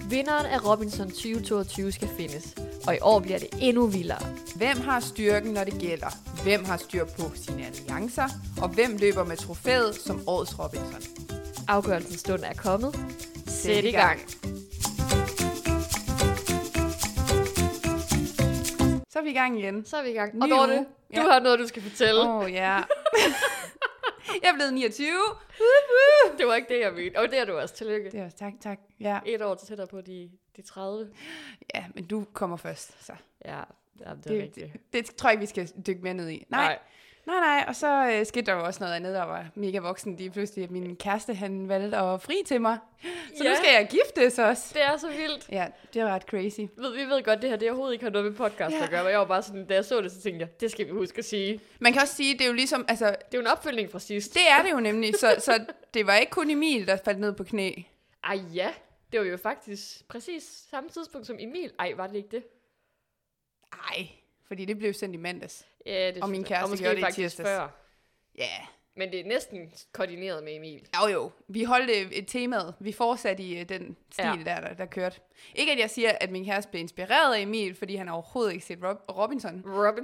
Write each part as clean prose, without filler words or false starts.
Vinderen af Robinson 2022 skal findes, og i år bliver det endnu vildere. Hvem har styrken, når det gælder? Hvem har styr på sine alliancer? Og hvem løber med trofæet som årets Robinson? Afgørelsens stund er kommet. Sæt i gang. Så er vi i gang igen. Så er vi i gang. Og Dorte, du har noget, du skal fortælle. Ja. Jeg er blevet 29. Det var ikke det, jeg mente. Og det er du også. Tillykke. Det er også tak. Ja. 1 år til tættere på de 30. Ja, men du kommer først, så. Ja, det er rigtigt. Det tror jeg ikke, vi skal dykke mere ned i. Nej. Og så skete der jo også noget andet, der var mega voksen. Lige pludselig, at min kæreste, han valgte at fri til mig. Så nu skal jeg giftes også. Det er så vildt. Ja, det er ret crazy. Vi ved godt, det her det overhovedet ikke har noget med podcast at gøre. Og jeg var bare sådan, da jeg så det, så tænkte jeg, det skal vi huske at sige. Man kan også sige, det er jo ligesom, altså... Det er jo en opfølgning fra sidst. Det er det jo nemlig. Så det var ikke kun Emil, der faldt ned på knæ. Ej ja, det var jo faktisk præcis samme tidspunkt som Emil. Ej, var det ikke det? Ej, fordi det blev sendt i mandags. Ja, det og min kæreste gjorde det i tirsdags. Før. Ja. Men det er næsten koordineret med Emil. Jo. Vi holdt et temaet. Vi fortsatte i den stil, der kørte. Ikke at jeg siger, at min kæreste blev inspireret af Emil, fordi han overhovedet ikke set Robinson.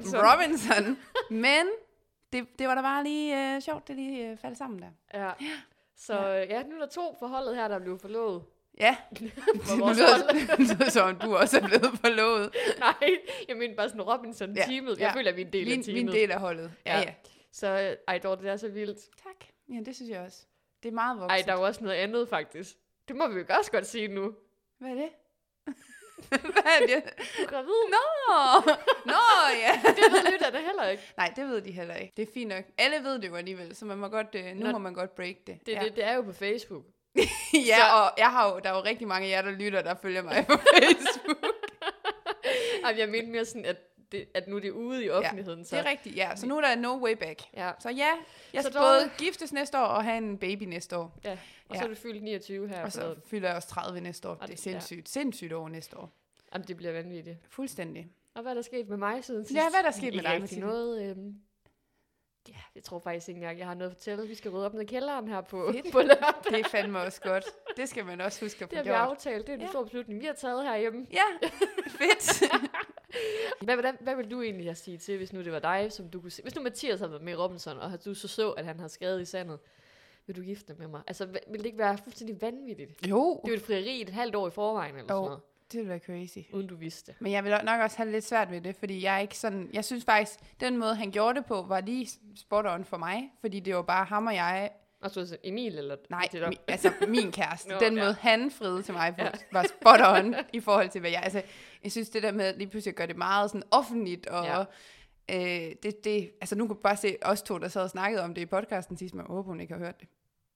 Men det var da bare lige sjovt, det lige faldt sammen der. Ja. Så nu er der 2 forholdet her, der blev forlovet. Ja, det lyder som du også er blevet forlovet. Nej, jeg mener bare sådan Robinson-teamet. Jeg føler, at vi er en del af teamet. Vi er en del af holdet. Ja. Så Dorte, det er så vildt. Tak. Ja, det synes jeg også. Det er meget voksent. Ej, der er jo også noget andet, faktisk. Det må vi jo også godt sige nu. Hvad er det? Hvad er det? Du er gravid. Nå, ja. Det ved lytterne heller ikke. Nej, det ved de heller ikke. Det er fint nok. Alle ved det jo alligevel, så man må godt, må man godt break det. Det er jo på Facebook. Og der er jo rigtig mange af jer, der lytter, der følger mig på Facebook. Ej, jeg mente mere sådan, at nu er det ude i offentligheden. Ja, det er rigtigt, ja. Så nu er der no way back. Ja. Så jeg skal både giftes næste år og have en baby næste år. Ja, og så er du fyldt 29 her. Og så fylder jeg også 30 næste år. Det er sindssygt år næste år. Jamen, det bliver vanvittigt. Fuldstændig. Og hvad er der sket med mig siden sidst? Ja, hvad er der sket med dig? Ikke noget... Ja, jeg tror faktisk ikke, jeg har noget at fortælle. Vi skal rydde op ned i kælderen her på lørdag. Det er fandme også godt. Det skal man også huske at få gjort. Det har vi aftalt. Det er en stor beslutning, vi har taget herhjemme. Ja, fedt. Hvad vil du egentlig sige til, hvis nu det var dig, som du kunne se? Hvis nu Mathias havde været med i Robinson, og du så, at han havde skrevet i sandet, vil du gifte dig med mig? Altså, vil det ikke være fuldstændig vanvittigt? Jo. Det er jo et frieri et halvt år i forvejen, eller sådan noget. Det ville være crazy. Uden du vidste. Men jeg vil nok også have lidt svært ved det, fordi jeg er ikke sådan... Jeg synes faktisk, den måde, han gjorde det på, var lige spot on for mig. Fordi det var bare ham og jeg... Og så Emil, eller... Nej, altså min kæreste. Den måde, han friede til mig på, var spot on i forhold til, hvad jeg... Altså, jeg synes, det der med lige pludselig at gøre det meget sådan offentligt, og... altså, nu kan du bare se os 2, der sad og snakkede om det i podcasten sidst, men jeg håber, hun ikke har hørt det.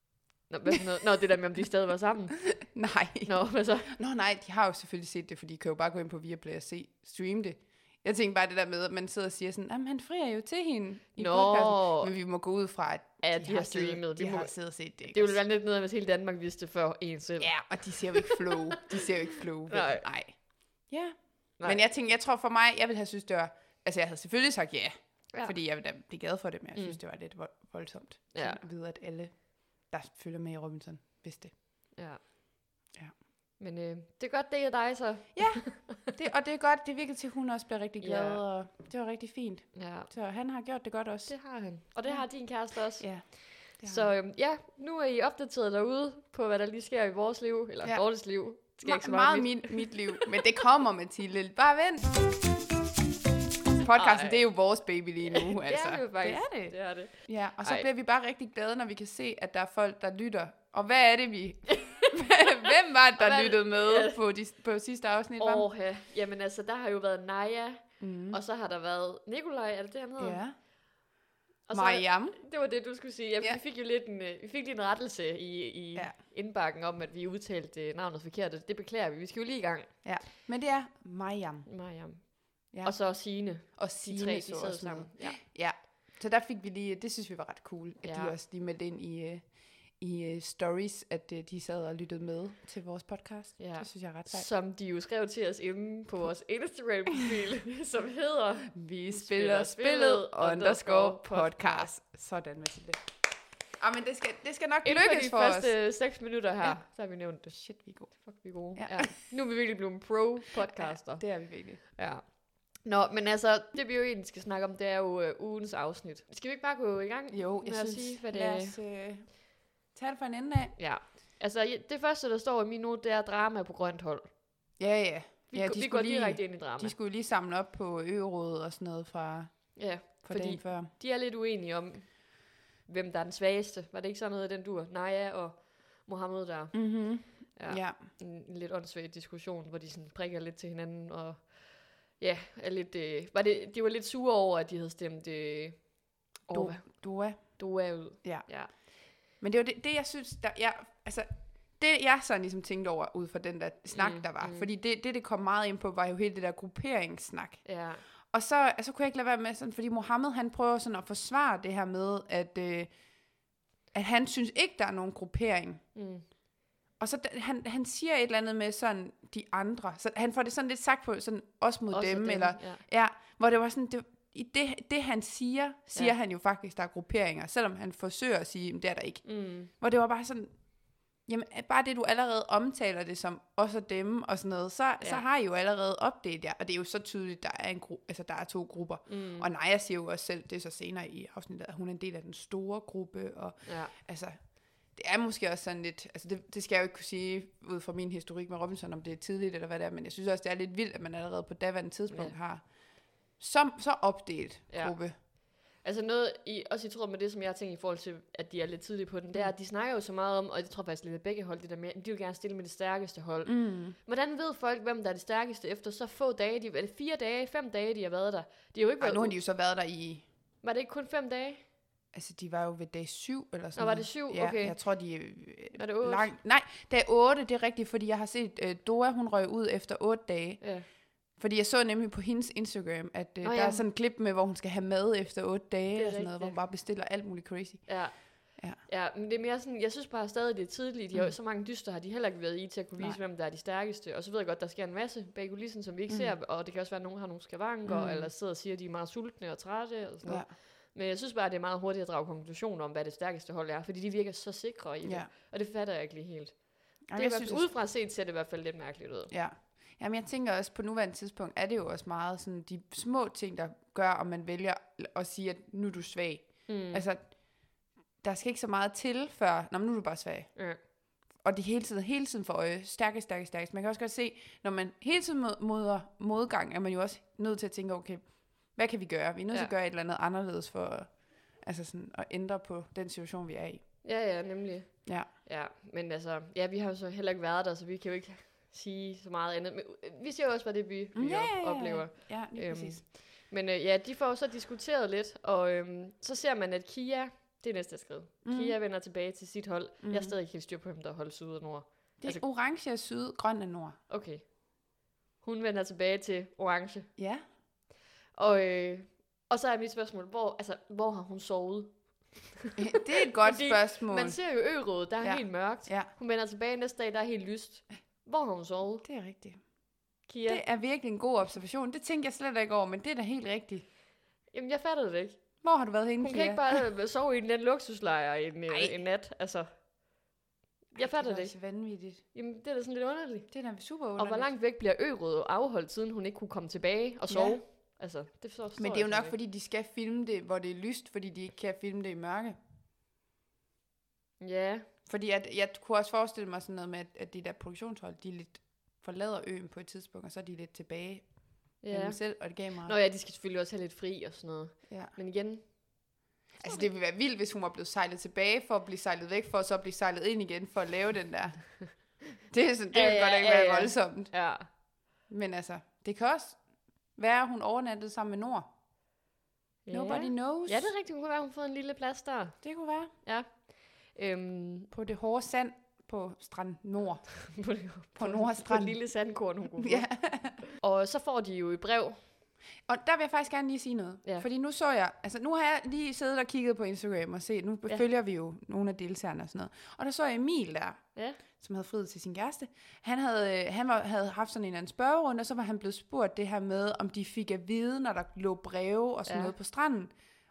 Nå, det der med, om de stadig var sammen? Nej. Hvad så? Nej, de har jo selvfølgelig set det, for de kan jo bare gå ind på Viaplay og streame det. Jeg tænker bare det der med, at man sidder og siger sådan, jamen han frier jo til hende i podcasten. Men vi må gå ud fra, at de har streamet. De har siddet og set det. Det ville være lidt noget, hvis hele Danmark vidste før en selv. Ja, og de ser jo ikke flow. Nej. Ja. Nej. Men jeg tror for mig, jeg ville have synes, det var... Altså jeg havde selvfølgelig sagt ja. Fordi jeg ville da blive glad for det, men jeg synes, det var lidt voldsomt. Ja. At vide, at alle, der følger med i Robinson, vidste det. Ja. Men det er godt, det er dig så. Ja, og det er godt, det virkede til, at hun også bliver rigtig glad, og det var rigtig fint. Ja. Så han har gjort det godt også. Det har han. Og det har din kæreste også. Ja. Så nu er I opdateret derude på, hvad der lige sker i vores liv, eller Dortes liv. Meget mit liv, men det kommer, Mathilde. Bare vent. Podcasten, det er jo vores baby lige nu. Altså. Det er det faktisk. Det er det. Ja, og så bliver vi bare rigtig glade, når vi kan se, at der er folk, der lytter. Og hvad er det, Hvem var det, der lyttede med på sidste afsnit? Jamen altså, der har jo været Naja, og så har der været Nikolaj, er det det, han hedder? Ja. Og Mariam. Det var det, du skulle sige. Vi fik jo lidt en rettelse i indbakken om, at vi udtalte navnet forkert. Det beklager vi. Vi skal jo lige i gang. Ja, men det er Mariam. Ja. Og så Signe. Og Signe, de sad sammen. Ja. Så der fik vi lige, det synes vi var ret cool, at de også lige meldte ind i stories, at de sad og lyttede med til vores podcast. Ja. Det synes jeg er ret sejt. Som de jo skrev til os inde på vores Instagram-profil, som hedder Vi spiller spillet _ podcast. Sådan, Mathilde. men det skal nok inden lykkes for de os. første 6 minutter her, Ja. så har vi nævnt det. Shit, vi er gode. Fuck, vi er gode. Ja. Ja. Nu er vi virkelig blevet pro-podcaster. Ja, det er vi virkelig. Ja. Nå, men altså, det vi jo egentlig skal snakke om, det er jo ugens afsnit. Skal vi ikke bare gå i gang? Jo, jeg med at synes, sige, hvad det lad os tage det fra en ende af. Ja. Altså, det første, der står i min note, det er drama på grønt hold. Ja. Vi går direkte ind i drama. De skulle lige samle op på ørådet og sådan noget fra dagen før. De er lidt uenige om, hvem der er den svageste. Var det ikke sådan noget af den dur? Naja og Mohammed der. Mm-hmm. Ja. En lidt åndssvag diskussion, hvor de sådan prikker lidt til hinanden, og ja, er lidt, de var lidt sure over, at de havde stemt Doa ud. Ja. Men det var det jeg synes, det jeg sådan ligesom tænkte over, ud fra den der snak, der var, fordi det kom meget ind på, var jo hele det der grupperingssnak. Ja. Og så kunne jeg ikke lade være med sådan, fordi Mohammed, han prøver sådan at forsvare det her med, at han synes ikke, der er nogen gruppering. Og så han siger et eller andet med sådan de andre, så han får det sådan lidt sagt på sådan os mod dem, eller hvor det var sådan, det han siger han jo faktisk, der er grupperinger, selvom han forsøger at sige, det er der ikke. Hvor det var bare sådan, jamen bare det du allerede omtaler det som os og dem og sådan noget, så har I jo allerede opdelt jer, og det er jo så tydeligt, der er der er 2 grupper. Og Naja siger jo også selv, det er så senere i afsnittet, at hun er en del af den store gruppe, og altså det er måske også sådan lidt, altså det skal jeg jo ikke kunne sige ud fra min historik med Robinson, om det er tidligt eller hvad det er, men jeg synes også, det er lidt vildt, at man allerede på daværende tidspunkt har så opdelt gruppe. Altså noget, også i tråd med det, som jeg har tænkt i forhold til, at de er lidt tidlige på den, det er, at de snakker jo så meget om, og jeg tror faktisk lidt af begge hold, det der med, de vil gerne stille med det stærkeste hold. Hvordan ved folk, hvem der er det stærkeste efter så få dage? Er det 4 dage, 5 dage, de har været der? De har jo ikke været nu har de jo så været der i... Var det ikke kun 5 dage? Altså, de var jo ved dag 7 eller sådan noget. Var det 7? Okay. Ja, jeg tror, de var det 8? Nej, dag 8, det er rigtigt, fordi jeg har set Doa, hun røg ud efter 8 dage. Ja. Fordi jeg så nemlig på hendes Instagram, at der er sådan en klip med, hvor hun skal have mad efter 8 dage, og sådan noget, hvor hun bare bestiller alt muligt crazy. Ja, men det er mere sådan, jeg synes bare stadig, det er tidligt. De har jo så mange dyster, har de heller ikke været i til at kunne vise, hvem der er de stærkeste. Og så ved jeg godt, der sker en masse bag kulissen, som vi ikke ser, og det kan også være, at nogen har nogle skavanker, eller sidder og siger, at de er meget sultne og trætte, og sådan noget. Men jeg synes bare, at det er meget hurtigt at drage konklusioner om, hvad det stærkeste hold er, fordi de virker så sikre i det. Og det fatter jeg ikke lige helt. Det er udefra set ser det i hvert fald lidt mærkeligt ud. Ja. Jamen jeg tænker også, på nuværende tidspunkt er det jo også meget sådan de små ting, der gør, om man vælger at sige, at nu er du svag. Altså, der skal ikke så meget til, før, nu er du bare svag. Og det hele tiden for øje, stærkest. Man kan også godt se, når man hele tiden møder modgang, er man jo også nødt til at tænke, okay, hvad kan vi gøre? Vi er nødt til at gøre et eller andet anderledes for altså sådan, at ændre på den situation, vi er i. Ja, nemlig. Ja, men altså, vi har jo så heller ikke været der, så vi kan jo ikke sige så meget andet. Men vi siger jo også, hvad det vi oplever. Ja, lige præcis. Men de får så diskuteret lidt, og så ser man, at Kia, det er næste skridt. Kia vender tilbage til sit hold. Jeg er stadig ikke helt styr på, hvem der holder syd og nord. Det er orange er syd, grøn er nord. Okay. Hun vender tilbage til orange. Ja. Og så er mit spørgsmål, hvor har hun sovet? Det er et godt spørgsmål. Man ser jo ørådet, der er helt mørkt. Ja. Hun vender tilbage næste dag, der er helt lyst. Hvor har hun sovet? Det er rigtigt. Kia. Det er virkelig en god observation. Det tænker jeg slet ikke over, men det er da helt rigtigt. Jamen, jeg fatter det ikke. Hvor har du været henne, Hun kan ikke bare sove i en luksuslejr en nat, altså. Jeg fatter det ikke. Det er vanvittigt. Jamen, det er da sådan lidt underligt. Det er da super underligt. Og hvor langt væk bliver ørådet afholdt, siden hun ikke kunne komme tilbage og sove? Ja. Altså, det forstår men det er jo nok, fordi de skal filme det, hvor det er lyst, fordi de ikke kan filme det i mørke. Ja. Fordi jeg kunne også forestille mig sådan noget med, at de der produktionshold, de lidt forlader øen på et tidspunkt, og så er de lidt tilbage med dem selv og det kamera. Nå ja, de skal selvfølgelig også have lidt fri og sådan noget. Ja. Men igen... Altså det ville være vildt, hvis hun var blevet sejlet tilbage for at blive sejlet væk, for at så blive sejlet ind igen for at lave den der. Det er sådan, det vil godt ikke være voldsomt. Ja. Men altså, det kan også være, at hun overnattede sammen med Nord. Ja. Nobody knows. Ja, det er rigtigt. Hun kunne være, hun fået en lille plads der. Det kunne være. Ja. På det hårde sand på strand Nord. på Nordstrand. På et lille sandkorn, hun kunne få. Ja. Og så får de jo et brev. Og der vil jeg faktisk gerne lige sige noget. Ja. Fordi nu så jeg, altså nu har jeg lige siddet og kigget på Instagram og set, nu følger vi jo nogle af deltagerne og sådan noget. Og der så jeg Emil der, som havde friet til sin kæreste. Han havde haft sådan en eller anden spørgerunde, og så var han blevet spurgt det her med, om de fik at vide, når der lå breve og sådan noget på stranden.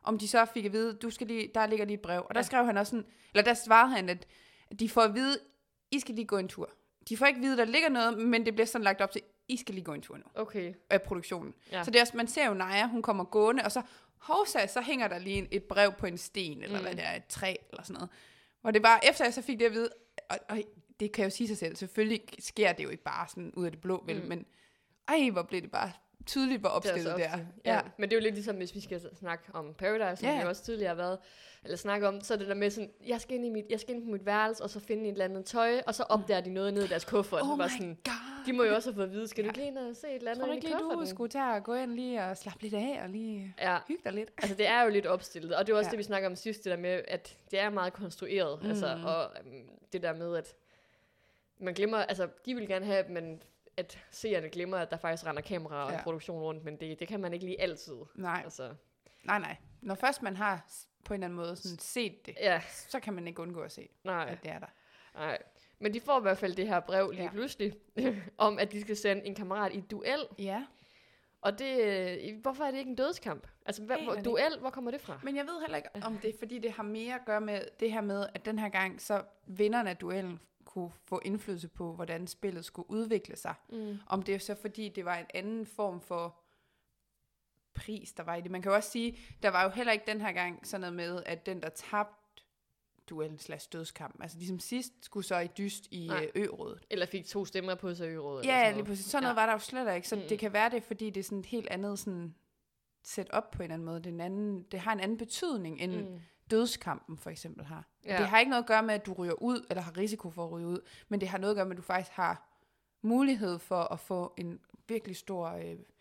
om de så fik at vide, der ligger lige et brev. Og der skrev han også sådan, eller der svarede han, at de får at vide, I skal lige gå en tur. De får ikke at vide, der ligger noget, men det bliver sådan lagt op til, I skal lige gå en tur nu. Okay. Af produktionen. Ja. Så det er også, man ser jo Naja, hun kommer gående, og så, så hænger der lige et brev på en sten, eller hvad det er, et træ, eller sådan noget. Og det var, efter jeg så fik det at vide, og det kan jeg jo sige sig selv, selvfølgelig sker det jo ikke bare sådan ud af det blå, vel, men hvor blev det bare tydeligt, hvor opstillet det er. Ja. Men det er jo lidt ligesom, hvis vi skal snakke om Paradise, som vi også tidligere har været, eller snakke om, så er det der med sådan, jeg skal ind på mit værelse, og så finde et eller andet tøj, og så opdager de noget ned i deres kuffert. Oh my sådan, god! De må jo også have fået at vide, skal du ikke lige ind og se et eller andet i kufferten? Tror du ikke lige, du skulle tage og gå ind lige og slappe lidt af, og lige hygge dig lidt? Altså det er jo lidt opstillet, og det er også det, vi snakker om sidst, det der med, at det er meget konstrueret, altså, og det der med, at man glemmer, altså de vil gerne have, men at seerne glemmer, at der faktisk render kamera og produktion rundt, men det kan man ikke lige altid. Nej. Altså. Nej. Når først man har på en eller anden måde sådan set det, så kan man ikke undgå at se, at det er der. Nej. Men de får i hvert fald det her brev lige pludselig, om at de skal sende en kammerat i duel. Ja. Og det, hvorfor er det ikke en dødskamp? Altså, duel, hvor kommer det fra? Men jeg ved heller ikke, om det er, fordi det har mere at gøre med det her med, at den her gang, så vinderne af duellen kunne få indflydelse på, hvordan spillet skulle udvikle sig. Om det er så, fordi det var en anden form for pris, der var i det. Man kan jo også sige, der var jo heller ikke den her gang sådan noget med, at den, der tabte duellen/dødskampen, altså ligesom sidst, skulle så i dyst i ø-rådet. Eller fik 2 stemmer på sig i ø-rådet. Ja, lige præcis. Sådan noget var der jo slet ikke. Så det kan være det, fordi det er sådan et helt andet sådan set op på en eller anden måde. Det har en anden betydning, end dødskampen for eksempel har. Ja. Det har ikke noget at gøre med, at du ryger ud, eller har risiko for at ryge ud, men det har noget at gøre med, at du faktisk har mulighed for at få en virkelig stor,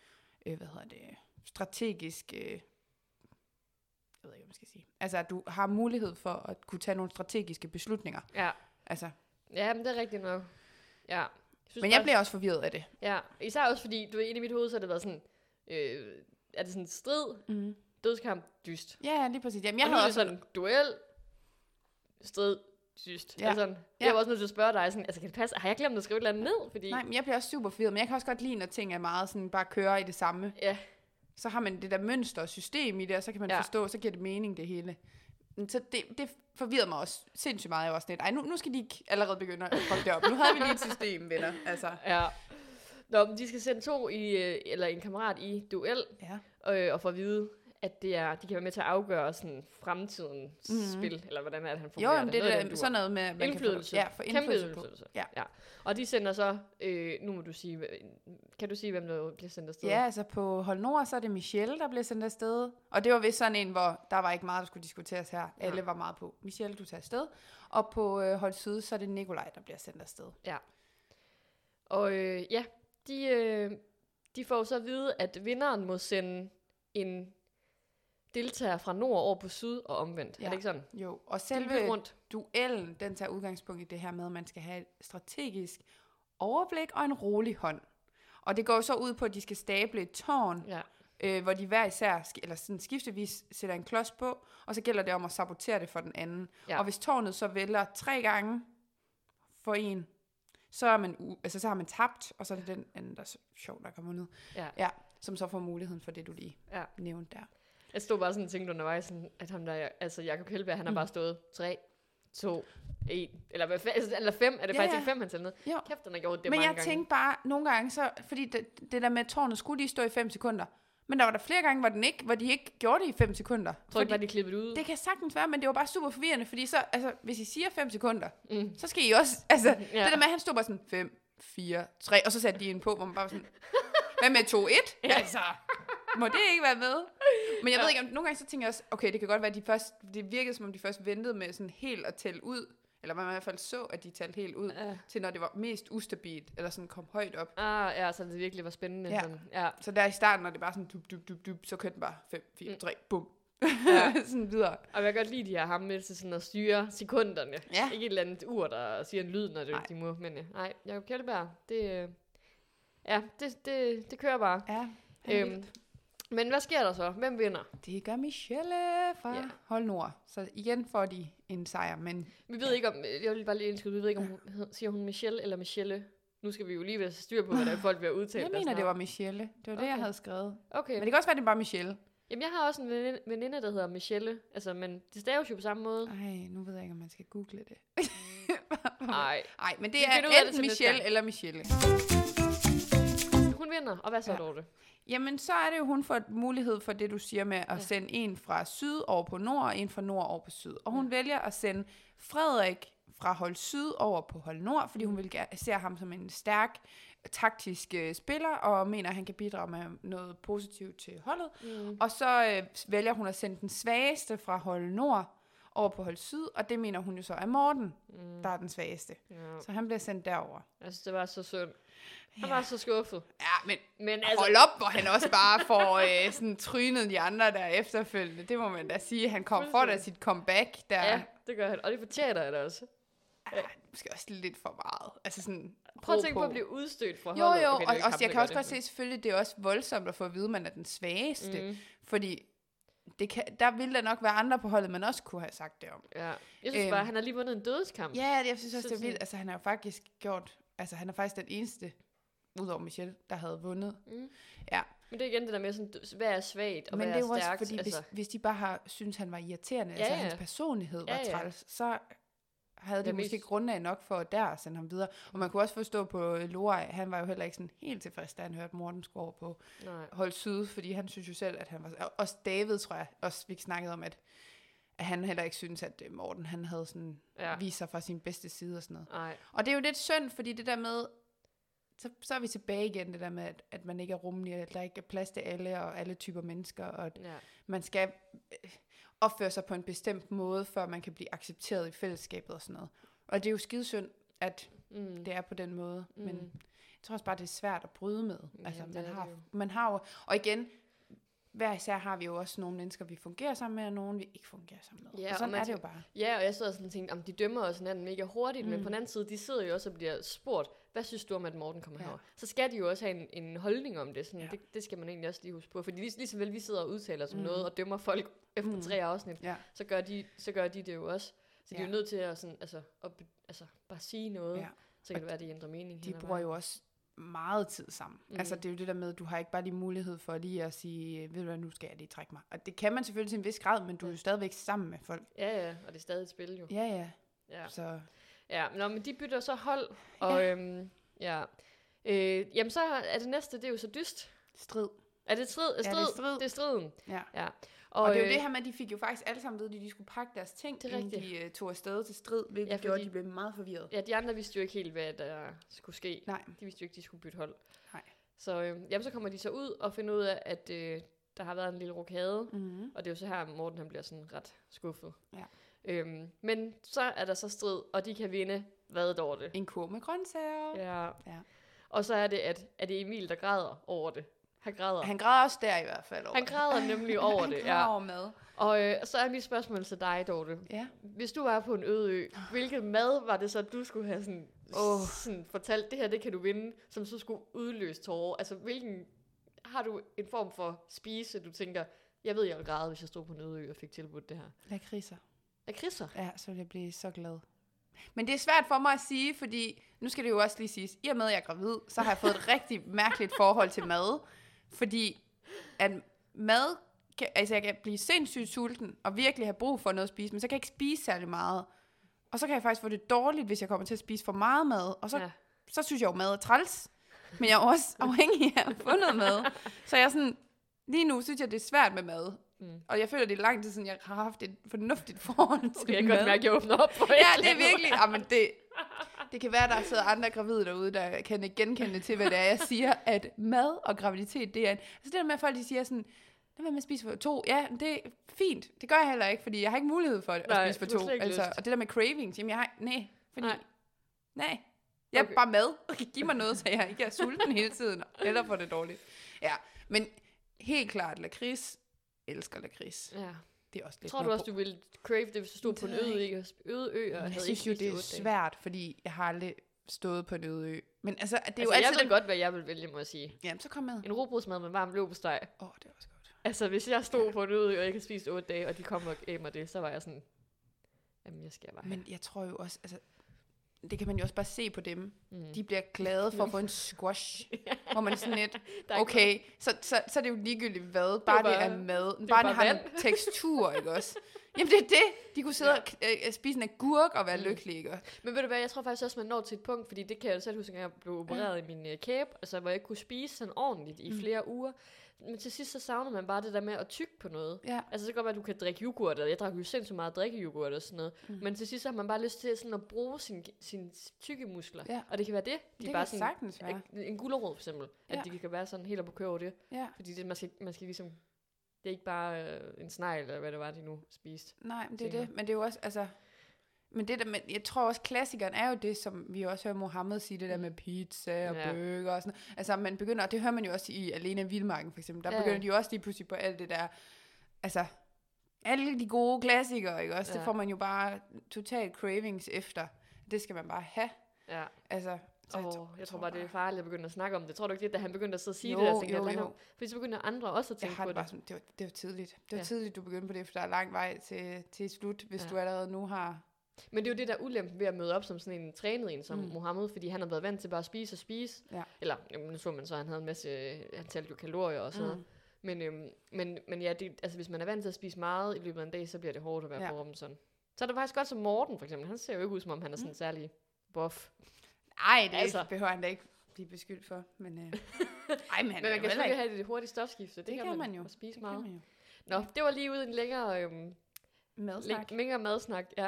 strategisk, jeg ved ikke, hvad man skal sige. Altså, at du har mulighed for at kunne tage nogle strategiske beslutninger. Ja. Altså. Ja, men det er rigtigt nok. Ja. Men jeg bliver også forvirret af det. Ja, især også fordi, du ved, inde i mit hoved, så har det været sådan, er det sådan strid, dødskamp, dyst. Ja, lige præcis. Jamen, jeg har også sådan duel, strid, dyst. Ja. Altså, jeg var også nødt til at spørge dig, sådan, altså kan det passe, har jeg glemt at skrive et eller andet ned? Fordi... Nej, men jeg bliver også super forvirret, men jeg kan også godt lide, når ting er meget sådan, bare kører i det samme. Ja. Så har man det der mønster og system i det, og så kan man forstå, så giver det mening det hele. Så det forvirrede mig også sindssygt meget. Jeg var sådan lidt, nu skal de ikke allerede begynde at fuck det op. Nu havde vi lige et system, venner. Altså. Ja. Nå, men de skal sende 2 eller en kammerat i duel, og få at vide, at de kan være med til at afgøre sådan fremtidens spil, eller hvordan er det, han fungerer. Jo, det er sådan noget med, man indflydelse. Kan få indflydelse på. Ja. Og de sender så, nu må du sige, kan du sige, hvem der bliver sendt afsted? Ja, altså på Hold Nord, så er det Michelle, der bliver sendt afsted. Og det var vist sådan en, hvor der var ikke meget, der skulle diskuteres her. Alle var meget på, Michelle, du tager afsted. Og på Hold Syd, så er det Nikolaj, der bliver sendt afsted. Ja. Og de får så at vide, at vinderen må sende en deltager fra nord over på syd og omvendt. Er det ikke sådan? Jo, og selve duellen, den tager udgangspunkt i det her med, at man skal have et strategisk overblik og en rolig hånd. Og det går så ud på, at de skal stable et tårn, hvor de hver især, eller sådan skiftevis sætter en klods på, og så gælder det om at sabotere det for den anden. Ja. Og hvis tårnet så vælter 3 gange for en, så er man så har man tabt, og så er det den anden, der er sjov, der kommer ned. Ja, som så får muligheden for det, du lige nævnte der. Jeg stod bare sådan og tænkte undervejs, sådan, at ham der, altså Jakob Helberg, han har bare stået 3, 2, 1, eller 5, er det faktisk ikke 5, han tæller ned? Kæft, han har gjort det mange gange. Men jeg tænkte bare, nogle gange, så, fordi det der med, at tårnet skulle lige stå i 5 sekunder, men der var der flere gange, hvor de ikke gjorde det i 5 sekunder. Tror ikke bare, de klippede ud? Det kan sagtens være, men det var bare super forvirrende, fordi så, altså, hvis I siger 5 sekunder, så skal I også, altså, det der med, at han stod bare sådan, 5, 4, 3, og så satte de en på, hvor man bare sådan, hvad med 2, 1? Altså, må det ikke være med? Men jeg ved ikke, om nogle gange så tænker jeg også, okay, det kan godt være, at det virkede som om de først ventede med sådan helt at tælle ud, eller man i hvert fald så, at de talte helt ud, til når det var mest ustabilt, eller sådan kom højt op. Så det virkelig var spændende. Ja. Sådan. Så der i starten, når det bare sådan dup, så kørte den bare 5, 4, 3, bum. Sådan videre. Og jeg kan godt lide, de har ham med til sådan at styre sekunderne. Ja. Ikke et eller andet ur, der siger en lyd, når det de må. Men nej, Jakob Kjellberg, det kører bare. Ja. Men hvad sker der så? Hvem vinder? Det gør Michelle fra Hold Nord. Så igen får de en sejr, men... Vi ved ikke om... Jeg vil bare lige indskyde. Vi ved ikke, om siger hun Michelle eller Michelle. Nu skal vi jo lige styr på, hvordan folk vil udtale. Jeg mener, det var Michelle. Det var det, jeg havde skrevet. Okay. Men det kan også være, det var Michelle. Jamen, jeg har også en veninde, der hedder Michelle. Altså, men det staves jo på samme måde. Ej, nu ved jeg ikke, om man skal google det. Nej, men det er enten Michelle eller Michelle. Hun vinder, og hvad så, Dorte? Jamen, så er det jo, hun får mulighed for det, du siger med at sende en fra syd over på nord, og en fra nord over på syd. Og hun vælger at sende Frederik fra hold syd over på hold nord, fordi hun ser ham som en stærk, taktisk spiller, og mener, at han kan bidrage med noget positivt til holdet. Og så vælger hun at sende den svageste fra hold nord over på hold syd, og det mener hun jo så er Morten, der er den svageste. Ja. Så han bliver sendt derover. Altså, det var så synd. Han var så skuffet. Ja, men altså, hold op, hvor han også bare får sådan trynet de andre der efterfølgende. Det må man da sige. Han får da sit comeback der. Ja, det gør han. Og det fortjener han også. Ja, måske også lidt for meget. Altså sådan, prøv at tænke på at blive udstødt fra holdet. Jo, okay, og jeg kan også godt se, selvfølgelig, det er også voldsomt at få at vide, at man er den svageste. Fordi der ville der nok være andre på holdet, man også kunne have sagt det om. Ja. Jeg synes bare, han har lige vundet en dødskamp. Ja, jeg synes også, det er vildt. Altså, han har jo faktisk gjort... Altså, han er faktisk den eneste, udover Michelle, der havde vundet. Ja. Men det er igen det der med, sådan, hvad er svagt og men hvad er stærkt. Men det er jo også, fordi hvis de bare synes han var irriterende, altså hans personlighed var træls, så havde de måske grundlag nok for der at sende ham videre. Og man kunne også forstå på Loai, han var jo heller ikke sådan helt tilfreds, da han hørte Morten skulle over på hold syd, fordi han synes jo selv, at han var... Også David, tror jeg, også vi snakkede om, at han heller ikke synes, at Morten, han havde sådan vist sig fra sin bedste side og sådan noget. Nej. Og det er jo lidt synd, fordi det der med, så er vi tilbage igen, det der med, at man ikke er rummelig, at der ikke er plads til alle og alle typer mennesker, og at man skal opføre sig på en bestemt måde, før man kan blive accepteret i fællesskabet og sådan noget. Og det er jo skidesynd, at det er på den måde, men jeg tror også bare, det er svært at bryde med. Altså, man har jo, og igen, hver især har vi jo også nogle mennesker, vi fungerer sammen med, og nogle, vi ikke fungerer sammen med. Ja, og sådan er det jo bare. Ja, og jeg sidder sådan og tænkte, om de dømmer os hinanden mega hurtigt, men på den anden side, de sidder jo også og bliver spurgt, hvad synes du om, at Morten kommer herover? Så skal de jo også have en holdning om det. Sådan, det skal man egentlig også lige huske på. Fordi ligesom vel vi sidder og udtaler som noget, og dømmer folk efter 3 afsnit, så gør de det jo også. Så de er jo nødt til at, sådan, bare sige noget, så kan det være, at de ændrer mening. De bruger jo også meget tid sammen. Altså det er jo det der med, du har ikke bare lige mulighed for lige at sige, ved du hvad, nu skal jeg lige trække mig. Og det kan man selvfølgelig til en vis grad, men du er jo stadigvæk sammen med folk. Ja, og det er stadig et spil jo. Ja. Så. Ja, men de bytter så hold, og jamen så er det næste, det er jo så dyst. Strid. Er det strid? Ja, det er striden. Ja. Og det er jo det her med, at de fik jo faktisk alle sammen ved, at de skulle pakke deres ting, inden de tog afsted til strid, hvilket gjorde, at de blev meget forvirret. Ja, de andre vidste jo ikke helt, hvad der skulle ske. Nej. De vidste jo ikke, de skulle bytte hold. Nej. Så så kommer de så ud og finder ud af, at der har været en lille rokade, og det er jo så her, Morten han bliver sådan ret skuffet. Ja. Men så er der så strid, og de kan vinde, hvad Dorte? En kurv med grøntsager. Ja. Og så er det, at det Emil, der græder over det. Han græder også der i hvert fald over. Han græder nemlig over det. Han græder over mad. Og så er mit spørgsmål til dig, Dorte. Ja. Hvis du var på en øde ø, hvilket mad var det så, du skulle have sådan fortalt, det her, det kan du vinde, som så skulle udløse tårer? Altså, har du en form for spise, du tænker, jeg ved, jeg ville græde, hvis jeg stod på en øde ø og fik tilbudt det her? Lakridser. Lakridser? Ja, så ville jeg blive så glad. Men det er svært for mig at sige, fordi nu skal det jo også lige siges, i og med, at jeg er gravid, så har jeg fået et rigtig mærkeligt forhold til mad. Fordi at mad, jeg kan blive sindssygt sulten, og virkelig have brug for noget at spise, men så kan jeg ikke spise særlig meget. Og så kan jeg faktisk få det dårligt, hvis jeg kommer til at spise for meget mad. Og så synes jeg jo, mad er træls. Men jeg er også afhængig af at få noget mad. Så jeg er sådan, lige nu synes jeg, det er svært med mad. Og jeg føler, det er lang tid siden, jeg har haft et fornuftigt forhold til mad. Jeg kan godt mærke, at jeg åbner op for ja, det er virkelig. Jamen, det kan være, der sidder andre gravide derude, der kan ikke genkende til, hvad det er, jeg siger, at mad og graviditet, det er altså det der med, at folk de siger sådan, det med at spise for 2, ja, det er fint. Det gør jeg heller ikke, fordi jeg har ikke mulighed for at spise for 2. Altså, og det der med cravings, jamen jeg har, nej. Jeg er bare mad. Giv mig noget, så jeg ikke er sulten hele tiden, eller får det dårligt. Ja, men helt klart, lakrids, elsker lakrids. Ja. Det er også lidt. Tror du også, du ville crave det, hvis du stod på en øde ø? Og jeg synes jo, det er svært, fordi jeg har aldrig stået på en øde ø. Men altså, det er jo altid... Jeg ved godt, hvad jeg vil vælge, må jeg sige. Jamen, så kom med. En rugbrødsmad med varm leverpostej. Det er også godt. Altså, hvis jeg stod på en øde ø, og ikke havde spist 8 dage, og de kom og gav mig det, så var jeg sådan, jamen, jeg skal bare have. Men jeg tror jo også, altså, det kan man jo også bare se på dem. De bliver glade for at få en squash. hvor man sådan lidt, okay, så er det jo ligegyldigt hvad, bare det er mad, bare det har en tekstur, ikke også? Jamen det er det, de kunne sidde og spise en agurk og være lykkelige, ikke? Men ved du hvad, jeg tror faktisk også, man når til et punkt, fordi det kan jeg jo selv huske, at jeg blev opereret i min kæbe, altså hvor jeg ikke kunne spise sådan ordentligt i flere uger. Men til sidst så savner man bare det der med at tygge på noget. Ja. Altså så kan godt være, at du kan drikke yoghurt, og jeg drak jo sindssygt meget drikkeyoghurt og sådan noget. Men til sidst så har man bare lyst til sådan at bruge sine tykkemuskler. Ja. Og det kan være det. Det bare kan sagtens være. En gulerod for eksempel. At de kan være sådan helt op på køre over det. Ja. Fordi det, man skal ligesom... Det er ikke bare en snegl, eller hvad det var, de nu spiste. Nej, men det er det. Men det er jo også, altså... Men det der, men jeg tror også, klassikeren er jo det, som vi også hører Mohammed sige, det der med pizza og burger og sådan. Altså man begynder, og det hører man jo også i Alene Vildmarken for eksempel, der begynder de jo også lige pludselig på alt det der, altså alle de gode klassikere, ikke også? Det får man jo bare totalt cravings efter. Det skal man bare have. Ja. Altså, jeg tror bare, det er farligt at begynde at snakke om det. Tror du ikke det, da han begyndte at sidde og sige det der? Jo. Fordi så begynder andre også at tænke på det. Sådan, det var tidligt. Det var tidligt, du begyndte på det, for der er lang vej til slut, hvis du allerede nu har... Men det er jo det, der er ulempen ved at møde op som sådan en trænet en som Mohammed, fordi han har været vant til bare at spise. Ja. Eller, nu så man så, han havde en masse, han talte jo kalorier og sådan noget. Men ja, det, altså hvis man er vant til at spise meget i løbet af en dag, så bliver det hårdt at være på Robinson. Så er det faktisk godt som Morten, for eksempel. Han ser jo ikke ud, som om han er sådan særlig buff. Nej, det behøver han da ikke blive beskyldt for. Men, men man kan selvfølgelig have det hurtige stofskifte. Det kan man jo. At spise meget. Nå, det var lige ude en længere... madsnak, ja.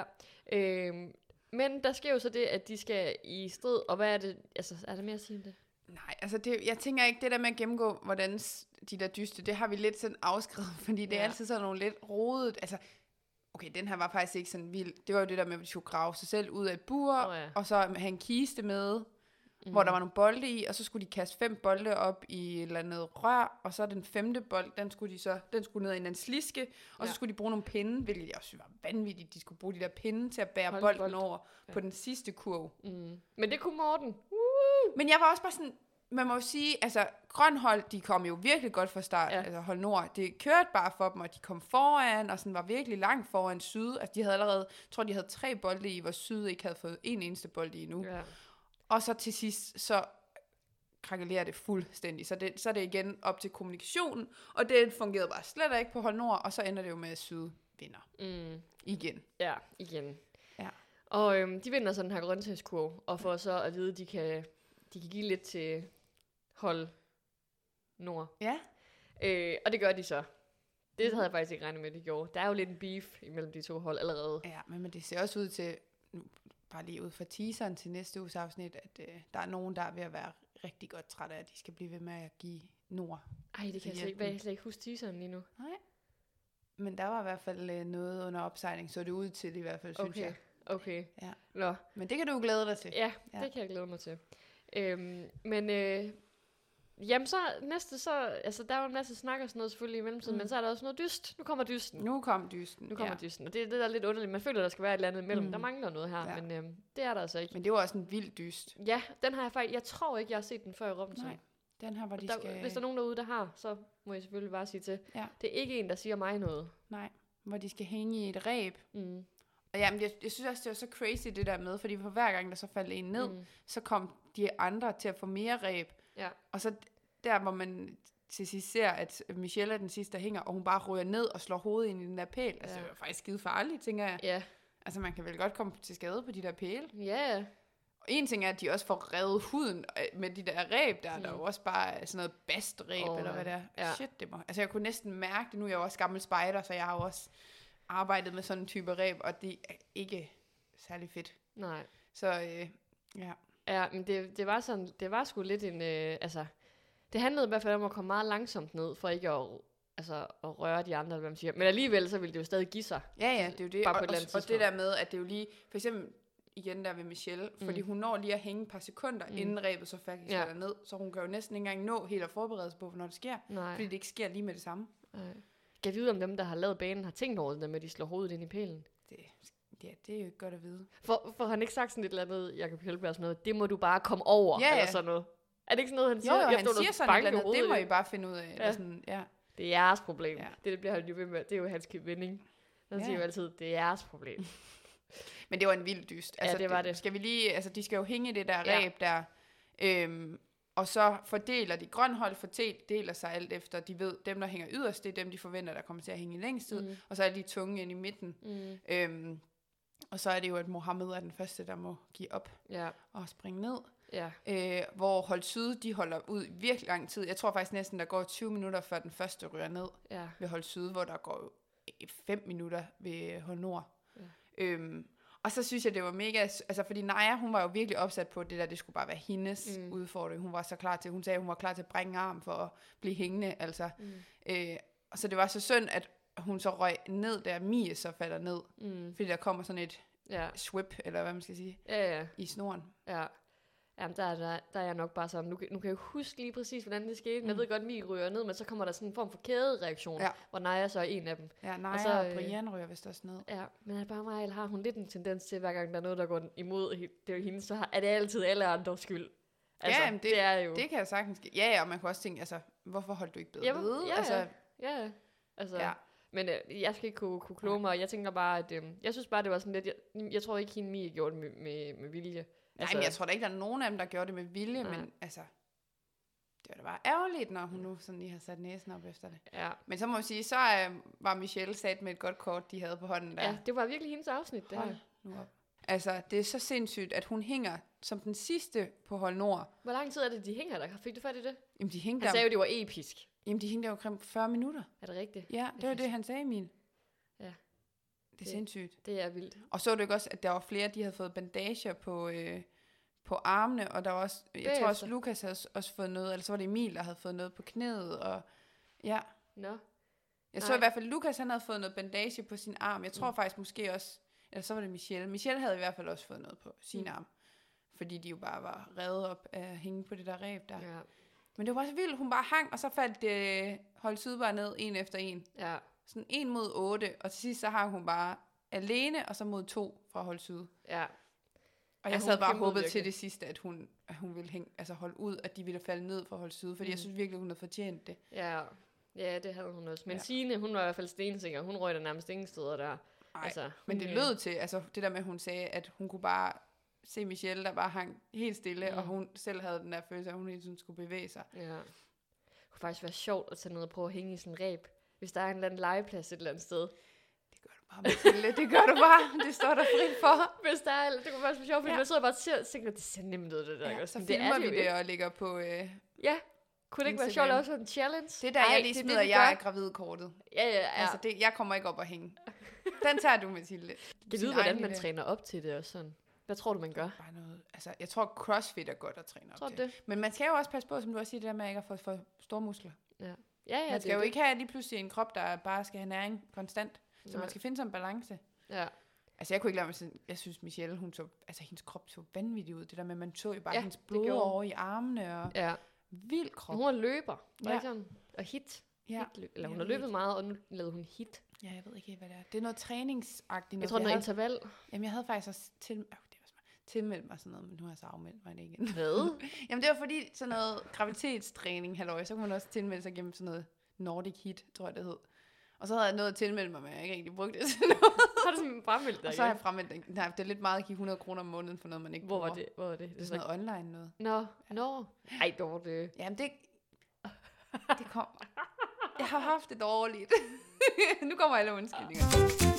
Men der sker jo så det, at de skal i strid, og hvad er det, altså er der mere at sige om det? Nej, altså jeg tænker ikke, det der med at gennemgå, hvordan de der dyste, det har vi lidt sådan afskrevet, fordi det er altid sådan nogle lidt rodet, altså, okay, den her var faktisk ikke sådan vild, det var jo det der med, at de skulle grave sig selv ud af et bur, og så have en kiste med, hvor der var nogle bolde i, og så skulle de kaste 5 bolde op i et eller andet rør, og så den 5. bold, den skulle ned i en sliske, og så skulle de bruge nogle pinde, hvilket jeg også synes var vanvittigt, de skulle bruge de der pinde til at bære bolden over på den sidste kurv. Men det kunne Morten. Men jeg var også bare sådan, man må jo sige, altså Grønhold, de kom jo virkelig godt fra start, altså Hold Nord, det kørte bare for dem, og de kom foran, og sådan var virkelig langt foran Syd, altså de havde allerede, jeg tror de havde 3 bolde i, hvor Syd ikke havde fået en eneste bold i endnu. Ja. Og så til sidst, så krakelerer det fuldstændig. Så er det igen op til kommunikationen, og det fungerede bare slet ikke på Hold Nord, og så ender det jo med, at Syd vinder. Igen. Ja, igen. Ja. Og de vinder så den her grøntsagskurv, og får så at vide, at de kan give lidt til Hold Nord. Ja. Og det gør de så. Det havde jeg faktisk ikke regnet med, at de gjorde. Der er jo lidt en beef imellem de to hold allerede. Ja, men det ser også ud til... bare lige ud fra teaseren til næste uges afsnit, at der er nogen, der er ved at være rigtig godt træt af, at de skal blive ved med at give Nord. Ej, det kan jeg slet ikke huske teaseren lige nu. Nej. Men der var i hvert fald noget under opsejling, så det ud til i hvert fald, synes jeg. Okay. Ja. Nå. Men det kan du glæde dig til. Ja, det kan jeg glæde mig til. Jamen så næste, altså der er jo en masse snak og sådan noget selvfølgelig i mellemtiden, men så er der også noget dyst. Nu kommer dysten. Nu kommer dysten, og det er det, der er lidt underligt. Man føler, der skal være et eller andet imellem. Der mangler noget her, men det er der altså ikke. Men det var også en vild dyst. Ja, den har jeg faktisk, jeg tror ikke, jeg har set den før i Robinson. Nej, den her, hvor de skal... Hvis der er nogen derude, der har, så må jeg selvfølgelig bare sige til. Ja. Det er ikke en, der siger mig noget. Nej, hvor de skal hænge i et reb. Og jamen, jeg synes også, det var så crazy det der med, fordi for hver gang, der så faldt en ned, så kom de andre til at få mere reb. Ja. Og så der, hvor man til sidst ser, at Michelle er den sidste, der hænger, og hun bare ryger ned og slår hovedet ind i den der pæl. Altså, det var faktisk skide farligt, tænker jeg. Ja. Altså, man kan vel godt komme til skade på de der pæle. Ja. Og en ting er, at de også får revet huden med de der reb der. Der er jo også bare sådan noget bastreb, eller hvad det er. Ja. Shit, det må. Altså, jeg kunne næsten mærke det. Nu er jeg jo også gammel spejder, så jeg har jo også arbejdet med sådan en type reb, og det er ikke særlig fedt. Nej. Så, ja. Ja, men det var sådan, det var sgu lidt en, altså... Det handlede i hvert fald om at komme meget langsomt ned, for ikke at røre de andre, hvad man siger. Men alligevel, så ville det jo stadig give sig. Ja, det er jo det. Og det der med, at det jo lige, for eksempel igen der ved Michelle, fordi hun når lige at hænge et par sekunder, inden rebet så faktisk falder ned, så hun kan jo næsten ikke engang nå helt at forberede sig på, når det sker, fordi det ikke sker lige med det samme. Nej. Kan jeg vide, om dem, der har lavet banen, har tænkt over det med, at de slår hovedet ind i pælen? Det er jo ikke godt at vide. For han ikke sagt sådan et eller andet, Jakob Helberg, sådan noget, det må du bare komme over, eller sådan noget. Er det ikke sådan noget, han siger? Jo, han siger sådan et eller andet, det må I bare finde ud af. Ja. Sådan, det er jeres problem. Ja. Det bliver han jo ved med, det er jo hans vending. Han siger jo altid, det er jeres problem. Men det var en vild dyst. Altså, det var det. Skal vi lige, altså de skal jo hænge i det der reb der. Og så fordeler de, grøn hold fordeler sig alt efter, de ved, dem der hænger yderst, det er dem, de forventer, der kommer til at hænge i længst tid, og så er de tunge ind i midten. Og så er det jo, at Mohammed er den første, der må give op og springe ned. Hvor hold syd, de holder ud virkelig lang tid. Jeg tror faktisk næsten, der går 20 minutter, før den første ryger ned ved hold syd, hvor der går 5 minutter ved hold nord. Og så synes jeg, det var mega, altså fordi Naja, hun var jo virkelig opsat på det der, det skulle bare være hendes udfordring. Hun var så klar til, hun sagde, hun var klar til at brække en arm for at blive hængende, altså. Og så det var så synd, at hun så røg ned, der Mie så falder ned, fordi der kommer sådan et swip, eller hvad man skal sige, i snoren. Jamen, der er jeg nok bare sådan, nu kan jeg huske lige præcis, hvordan det skete. Jeg ved godt, Mie ryger ned, men så kommer der sådan en form for kædereaktion, hvor Naja så er en af dem. Ja, Naja og Brian ryger vist også ned. Ja, men er bare mig, eller har hun lidt en tendens til, hver gang der er noget, der går imod det er jo hende, så er det altid alle andres skyld. Altså, ja, det er jo... det kan jeg sagtens ske. Ja, og man kan også tænke, altså, hvorfor holdt du ikke bedre ved? Altså, men jeg skal ikke kunne kloge mig, og jeg tænker bare, at jeg synes bare, det var sådan lidt, jeg tror ikke, hende Mie gjorde det med vilje. Altså, nej, men jeg tror da ikke, der er nogen af dem, der gjorde det med vilje, men altså, det var da bare ærgerligt, når hun nu sådan lige har sat næsen op efter det. Ja. Men så må man sige, så var Michelle sat med et godt kort, de havde på hånden der. Ja, det var virkelig hendes afsnit, det her. Nu op. Altså, det er så sindssygt, at hun hænger som den sidste på hold nord. Hvor lang tid er det, de hænger der? Fik du fat i det? Jamen, de hængte han sagde jo, det var episk. Jamen, de hængte der omkring 40 minutter. Er det rigtigt? Ja, det var det, han sagde, Emil. Ja. Det er sindssygt. Det er vildt. Og så var det ikke også, at der var flere, de havde fået bandager på armene, og der var også, jeg tror også, Lukas havde også fået noget, eller så var det Emil, der havde fået noget på knæet, og ja. Jeg så i hvert fald, Lukas han havde fået noget bandage på sin arm. Jeg tror faktisk måske også, eller så var det Michelle. Michelle havde i hvert fald også fået noget på sin arm, fordi de jo bare var revet op af at hænge på det der ræb der. Ja. Men det var så vildt, hun bare hang, og så faldt hold syd bare ned, en efter en. Ja. Sådan 1 mod 8, og til sidst så hang hun bare alene, og så mod 2 fra hold syd. Ja. Og jeg sad bare og håbede til det sidste, at hun ville holde ud, at de ville falde ned for at holde syd, fordi jeg synes virkelig, hun havde fortjent det. Ja, det havde hun også. Men Signe, hun var i hvert fald stensikker. Hun røg der nærmest ingen steder der. Altså, men det lød til, altså det der med, at hun sagde, at hun kunne bare se Michelle, der bare hang helt stille, og hun selv havde den der følelse, at hun hele tiden skulle bevæge sig. Ja. Det kunne faktisk være sjovt at tage ned og prøve at hænge i sådan en ræb, hvis der er en eller anden legeplads et eller andet sted. Mathilde, det gør du bare. Det står der frit for. Hvis der er, det kunne faktisk være sjovt, fordi man sidder bare og tænker, det ser nemt ud, det der. Ja, så filmer vi det og lægger på ja, kunne det ikke være sjovt også en challenge? Det der, jeg lige smider, jeg er gravidkortet. Ja. Altså, jeg kommer ikke op og hænge. Den tager du, Mathilde. Det lyder, hvordan man træner op til det og sådan. Hvad tror du, man gør? Bare noget. Altså, jeg tror, CrossFit er godt at træne op til. Det? Men man skal jo også passe på, som du også siger, det der med, at ikke at få for store muskler. Ja, man skal jo ikke have lige pludselig en krop, der bare skal have næring konstant. Så man skal finde sådan en balance. Ja. Altså, jeg kunne ikke lade mig sådan, jeg synes, Michelle, hendes krop så vanvittig ud. Det der med, man så jo bare hendes blod over i armene, og vild krop. Hun er løber, ikke sådan? Og hit. Eller hun har løbet meget, og nu lavede hun hit. Ja, jeg ved ikke, hvad det er. Det er noget træningsagtigt. Jeg tror, det er interval. Jamen, jeg havde faktisk også tilmeldt mig sådan noget, men nu har jeg så afmeldt mig det igen. Hvad? Jamen, det var fordi sådan noget graviditetstræning, halløj, så kunne man også tilmelde sig gennem sådan noget Nordic Hit, tror jeg, det hed. Og så havde jeg noget at tilmelde mig, men jeg ikke rigtig brugt det til noget. Har du simpelthen fremmeldt dig? Og så har jeg fremmeldt det. Nej, det er lidt meget at give 100 kroner om måneden for noget, man ikke bruger. Hvor var det? Det er sådan noget online noget. Nå. Ej, dårligt. Jamen, det kom. Jeg har haft det dårligt. Nu kommer alle undskyldninger.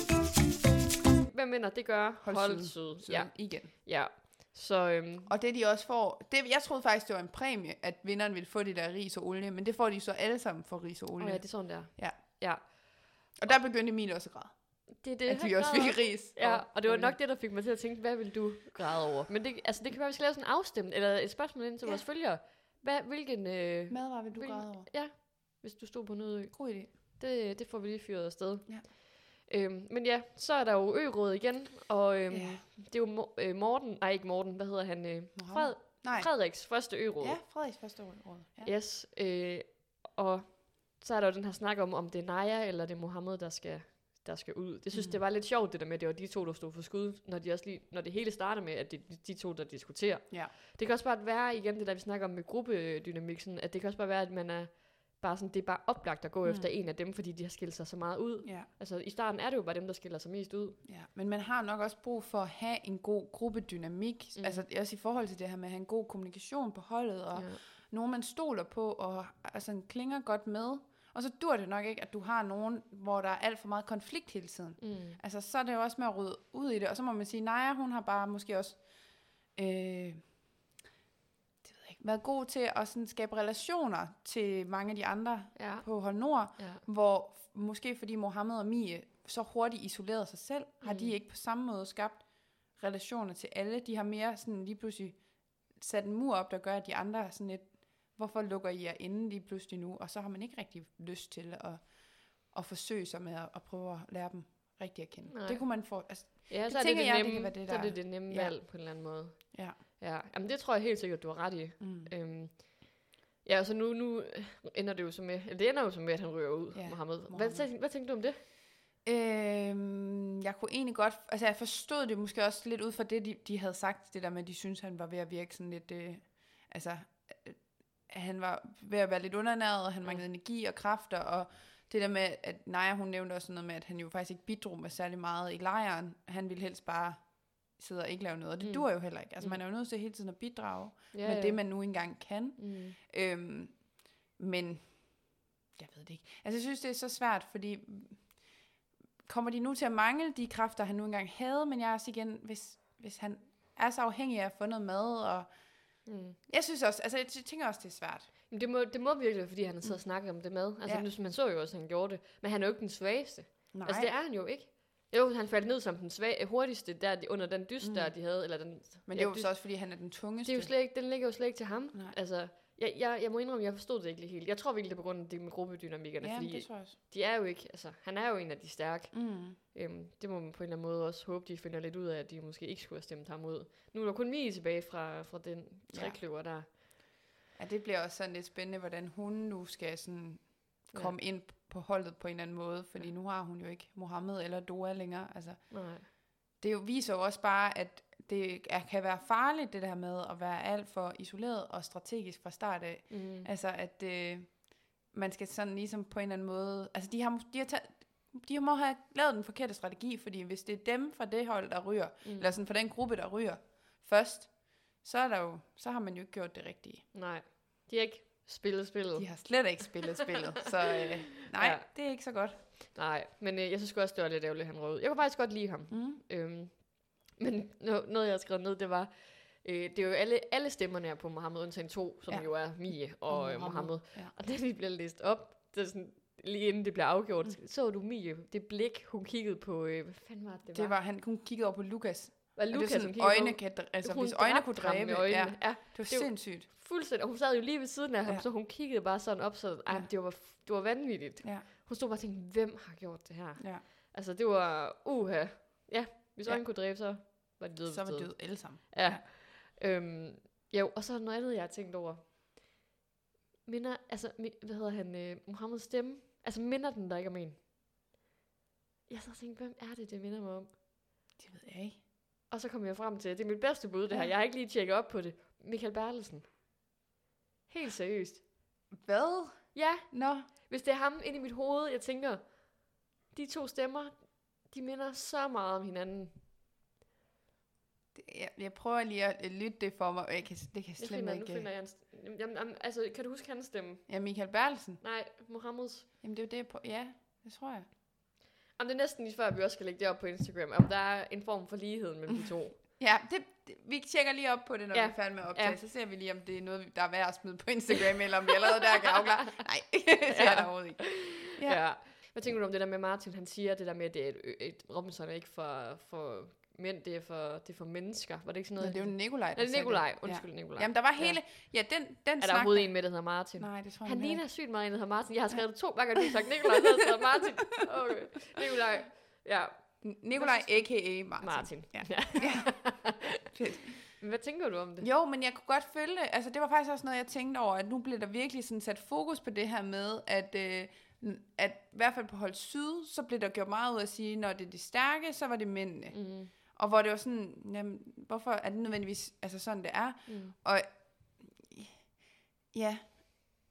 Hvem vinder? Det gør hold syd. Ja, igen. Ja. Så, og det de også får, jeg troede faktisk, det var en præmie, at vinderen ville få det der ris og olie, men det får de så alle sammen for ris og olie. Ja, det er sådan der. Ja. Og der begyndte Emil også at græde. Det at vi også fik ris. Ja, og det var nok det, der fik mig til at tænke, hvad vil du græde over? Men det kan være, vi skal lave sådan en afstemning, eller et spørgsmål ind til vores følgere. Hvilken madvarer vil du græde over? Ja, hvis du stod på noget. God idé. Det får vi lige fyret afsted. Ja. Men ja, så er der jo Ø-rådet igen, og det er jo ikke Morten, hvad hedder han? Frederiks første Ø-råd. Ja, Frederiks første Ø-råd. Ja. Yes, og så er der jo den her snak om det er Naja eller det er Mohammed, der skal ud. Jeg synes, det var lidt sjovt det der med, at det var de to, der stod for skud, når det hele starter med, at det er de to, der diskuterer. Ja. Det kan også bare være, igen det der vi snakker om med gruppedynamik, sådan, at det kan også bare være, at man er bare sådan, det er bare oplagt at gå efter en af dem, fordi de har skilt sig så meget ud. Ja. Altså i starten er det jo bare dem, der skiller sig mest ud. Ja, men man har nok også brug for at have en god gruppedynamik, altså også i forhold til det her med at have en god kommunikation på holdet, og nogen, man stoler på, og altså, klinger godt med. Og så dur det nok ikke, at du har nogen, hvor der er alt for meget konflikt hele tiden. Altså, så er det jo også med at rydde ud i det. Og så må man sige, Naja, hun har bare måske også været god til at sådan skabe relationer til mange af de andre på Hold Nord, hvor måske fordi Mohammed og Mie så hurtigt isolerede sig selv, har de ikke på samme måde skabt relationer til alle. De har mere sådan lige pludselig sat en mur op, der gør, at de andre er sådan lidt, hvorfor lukker I jer inde lige pludselig nu? Og så har man ikke rigtig lyst til at forsøge sig med at prøve at lære dem rigtig at kende. Nej. Det kunne man få. Altså, ja, så er det nemme valg på en eller anden måde. Ja. Jamen, det tror jeg helt sikkert, du har ret i. Ja, så nu ender det jo så med, det ender jo så med, at han ryger ud, Mohammed. Hvad tænkte du om det? Jeg kunne egentlig godt, altså jeg forstod det måske også lidt ud fra det, de havde sagt, det der med, at de synes han var ved at virke sådan lidt, han var ved at være lidt undernæret, og han manglede energi og kræfter, og det der med, at Naja, hun nævnte også noget med, at han jo faktisk ikke bidrog med særlig meget i lejren. Han ville helst bare sidde og ikke lave noget, og det dur jo heller ikke. Altså man er jo nødt til hele tiden at bidrage med det, man nu engang kan. Men jeg ved det ikke. Altså jeg synes, det er så svært, fordi kommer de nu til at mangle de kræfter, han nu engang havde, men jeg er også igen, hvis han er så afhængig af at få noget mad, og jeg synes også, altså jeg tænker også, det er svært. Men det må virkelig, fordi han har siddet og snakket om det mad. Altså man så jo også, at han gjorde det, men han er jo ikke den svageste. Nej. Altså det er han jo ikke. Jo, han faldt ned som den hurtigste, der under den dyst, der de havde. Eller den, men det er jo så også, fordi han er den tungeste. Det er jo slet ikke, den ligger jo slet ikke til ham. Nej. Altså, jeg må indrømme, jeg forstod det ikke lige helt. Jeg tror virkelig, det er på grund af det med gruppedynamikkerne, fordi det tror jeg også. De er jo ikke, altså, han er jo en af de stærke. Det må man på en eller anden måde også håbe, de finder lidt ud af, at de måske ikke skulle have stemt ham ud. Nu er der kun Mie tilbage fra den trekløver der. Ja, det bliver også sådan lidt spændende, hvordan hun nu skal sådan komme ind på holdet på en eller anden måde, fordi nu har hun jo ikke Mohammed eller Dora længere. Altså, det viser jo også bare, at det kan være farligt, det der med at være alt for isoleret og strategisk fra start af. Altså, at man skal sådan ligesom på en eller anden måde... Altså, de må have lavet den forkerte strategi, fordi hvis det er dem fra det hold, der ryger, eller sådan fra den gruppe, der ryger først, så har man jo ikke gjort det rigtige. Nej, de har ikke spillet spillet. De har slet ikke spillet spillet, så det er ikke så godt. Nej, men jeg synes også, det var lidt ærgerligt, han rød. Jeg kunne faktisk godt lide ham. Men noget, jeg har skrevet ned, det var, det er jo alle stemmerne her på Mohammed, undtagen 2, som jo er Mie og Mohammed. Ja. Og da de bliver læst op, det er sådan, lige inden det bliver afgjort, så du Mie, det blik, hun kiggede på, hvad fanden var det, det var? Hun kiggede over på Lukas. Var Lukas, det sådan, øjne kan, altså hvis øjne kunne dræbe, det var sindssygt. Fuldstændig, og hun sad jo lige ved siden af ham, så hun kiggede bare sådan op, så det var vanvittigt. Ja. Hun stod bare og tænkte, hvem har gjort det her? Ja. Altså det var, hvis øjne kunne dræbe, så var de døde. Så var de døde alle sammen. Ja. Og så noget andet, jeg har tænkt over. Mohammeds stemme, altså minder den der ikke om en? Jeg så tænkte, hvem er det minder mig om? Det ved jeg ikke. Og så kom jeg frem til, det er mit bedste bud, det her. Jeg har ikke lige tjekket op på det. Michael Bertelsen. Helt seriøst. Hvad? Ja. Hvis det er ham inde i mit hoved, jeg tænker, de to stemmer, de minder så meget om hinanden. Jeg prøver lige at lytte det for mig, og det kan slet ikke... Nu finder jeg altså, kan du huske hans stemme? Ja, Michael Bertelsen. Nej, Mohammeds. Jamen, det er jo det, det tror jeg. Det er næsten lige før, vi også skal lægge det op på Instagram, om der er en form for lighed mellem de to. Ja, vi tjekker lige op på det, når vi er færdige med at optage. Så ser vi lige, om det er noget, der er værd at smide på Instagram, eller om vi allerede der kan afklare. Nej, det er der overhovedet ikke. Ja. Hvad tænker du om det der med Martin? Han siger det der med, at det er et Robinson er ikke for mænd, det er for mennesker. Var det ikke sådan noget? Det er jo Nikolaj. Det er Nikolaj. Undskyld, Nikolaj. Jamen, der var hele... Ja, den er der overhovedet en med, der hedder Martin? Nej, det tror jeg ikke. Han ligner sygt meget en, der hedder Martin. Jeg har skrevet 2 gange, at du har sagt Nikolaj, så hedder Martin. Okay. Nikolaj. Ja. Nikolaj, a.k.a. Martin. Ja. Men hvad tænker du om det? Jo, men jeg kunne godt følge det. Altså, det var faktisk også noget, jeg tænkte over, at nu bliver der virkelig sådan sat fokus på det her med, at i hvert fald på hold syd, så blev der gjort meget ud af at sige, når det er de stærke, så var det mændene. Og hvor det var sådan, jamen, hvorfor er det nødvendigvis sådan, det er? Og ja,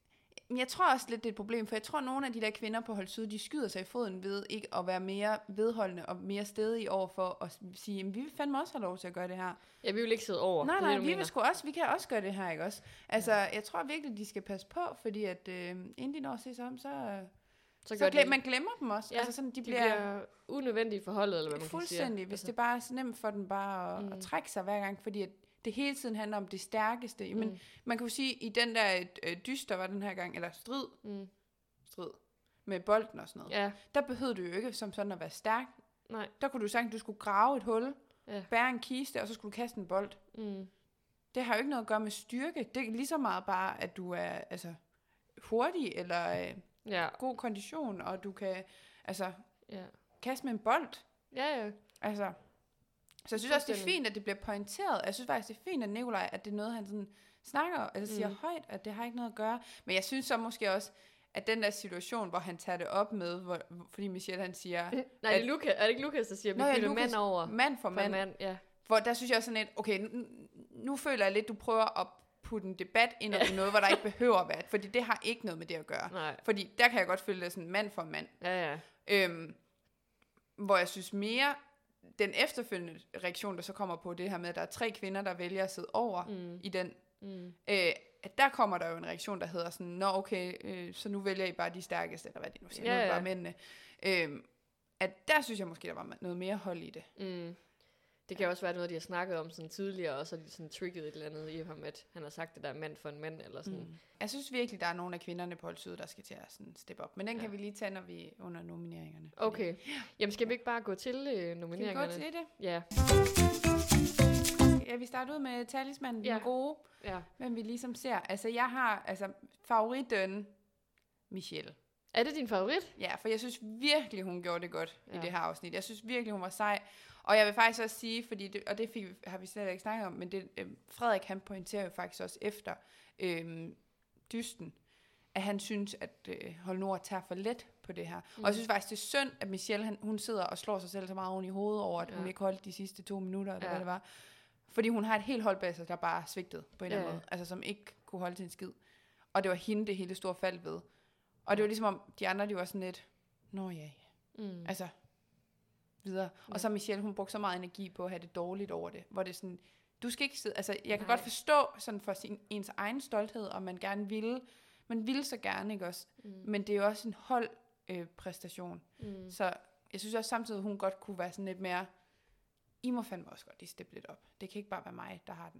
jeg tror også lidt, det er et problem, for jeg tror, at nogle af de der kvinder på hold syd, de skyder sig i foden ved ikke at være mere vedholdende og mere stedige over for at sige, jamen, vi vil fandme også have lov til at gøre det her. Ja, vi vil ikke sidde over. Nej, vi kan også gøre det her, ikke også? Altså, jeg tror virkelig, de skal passe på, fordi at inden de når at se sig om, man glemmer dem også. Ja, altså sådan, de bliver unødvendige forholdet, eller hvad man kan sige. Fuldstændig, hvis det bare er så nemt for dem bare at trække sig hver gang, fordi at det hele tiden handler om det stærkeste. Men man kan jo sige, i den der dyster var den her gang, eller strid med bolden og sådan noget, der behøvede du jo ikke som sådan at være stærk. Nej. Der kunne du sige, at du skulle grave et hul, bære en kiste, og så skulle du kaste en bold. Det har jo ikke noget at gøre med styrke. Det er lige så meget bare, at du er hurtig, eller god kondition, og du kan kaste med en bold. Ja. Altså, så jeg synes også, det er fint, at det bliver pointeret. Jeg synes faktisk, det er fint, at Nikolaj, at det er noget, han sådan snakker, eller siger højt, at det har ikke noget at gøre. Men jeg synes så måske også, at den der situation, hvor han tager det op med, fordi Michelle han siger... Nej, er det ikke Lukas, der siger, at vi bytter mand over? Mand for mand. Ja. Hvor der synes jeg også sådan lidt, okay, nu føler jeg lidt, du prøver at putte en debat ind i noget, hvor der ikke behøver at være. Fordi det har ikke noget med det at gøre. Nej. Fordi der kan jeg godt føle det sådan mand for mand. Ja. Hvor jeg synes mere, den efterfølgende reaktion, der så kommer på det her med, at der er 3 kvinder, der vælger at sidde over i den, at der kommer der jo en reaktion, der hedder sådan, nå okay, så nu vælger I bare de stærkeste, eller hvad de nu siger, nu er det bare mændene. At der synes jeg måske, der var noget mere hold i det. Det kan også være noget, de har snakket om sådan tidligere, og så har de sådan trigget et eller andet i ham, at han har sagt det der mand for en mand, eller sådan. Jeg synes virkelig, der er nogle af kvinderne på hold syd, der skal til at sådan steppe op. Men den kan vi lige tage, når vi under nomineringerne. Okay. Jamen skal vi ikke bare gå til nomineringerne? Skal vi gå til det? Ja. Ja, vi starter ud med talismanen, den gode, hvem vi ligesom ser. Altså jeg har favoritten Michelle. Er det din favorit? Ja, for jeg synes virkelig, hun gjorde det godt i det her afsnit. Jeg synes virkelig, hun var sej. Og jeg vil faktisk også sige, fordi har vi slet ikke snakket om, men Frederik han pointerer jo faktisk også efter dysten, at han synes, at Hold Nord tager for let på det her. Og jeg synes faktisk, det er synd, at Michelle hun sidder og slår sig selv så meget oven i hovedet over, at hun ikke holdt de sidste 2 minutter, eller hvad det var. Fordi hun har et helt hold bag sig, der bare svigtede på en eller anden måde. Altså som ikke kunne holde til en skid. Og det var hende, det hele store fald ved. Og det var ligesom om, de andre, de var sådan lidt, nå ja. Altså, videre. Og så Michelle, hun brugte så meget energi på at have det dårligt over det. Hvor det er sådan, du skal ikke sidde, altså jeg kan godt forstå sådan for ens egen stolthed, og man gerne ville, man ville så gerne, ikke også? Men det er jo også en holdpræstation. Så jeg synes også samtidig, hun godt kunne være sådan lidt mere, I må fandme også godt lige steppe lidt op. Det kan ikke bare være mig, der har den.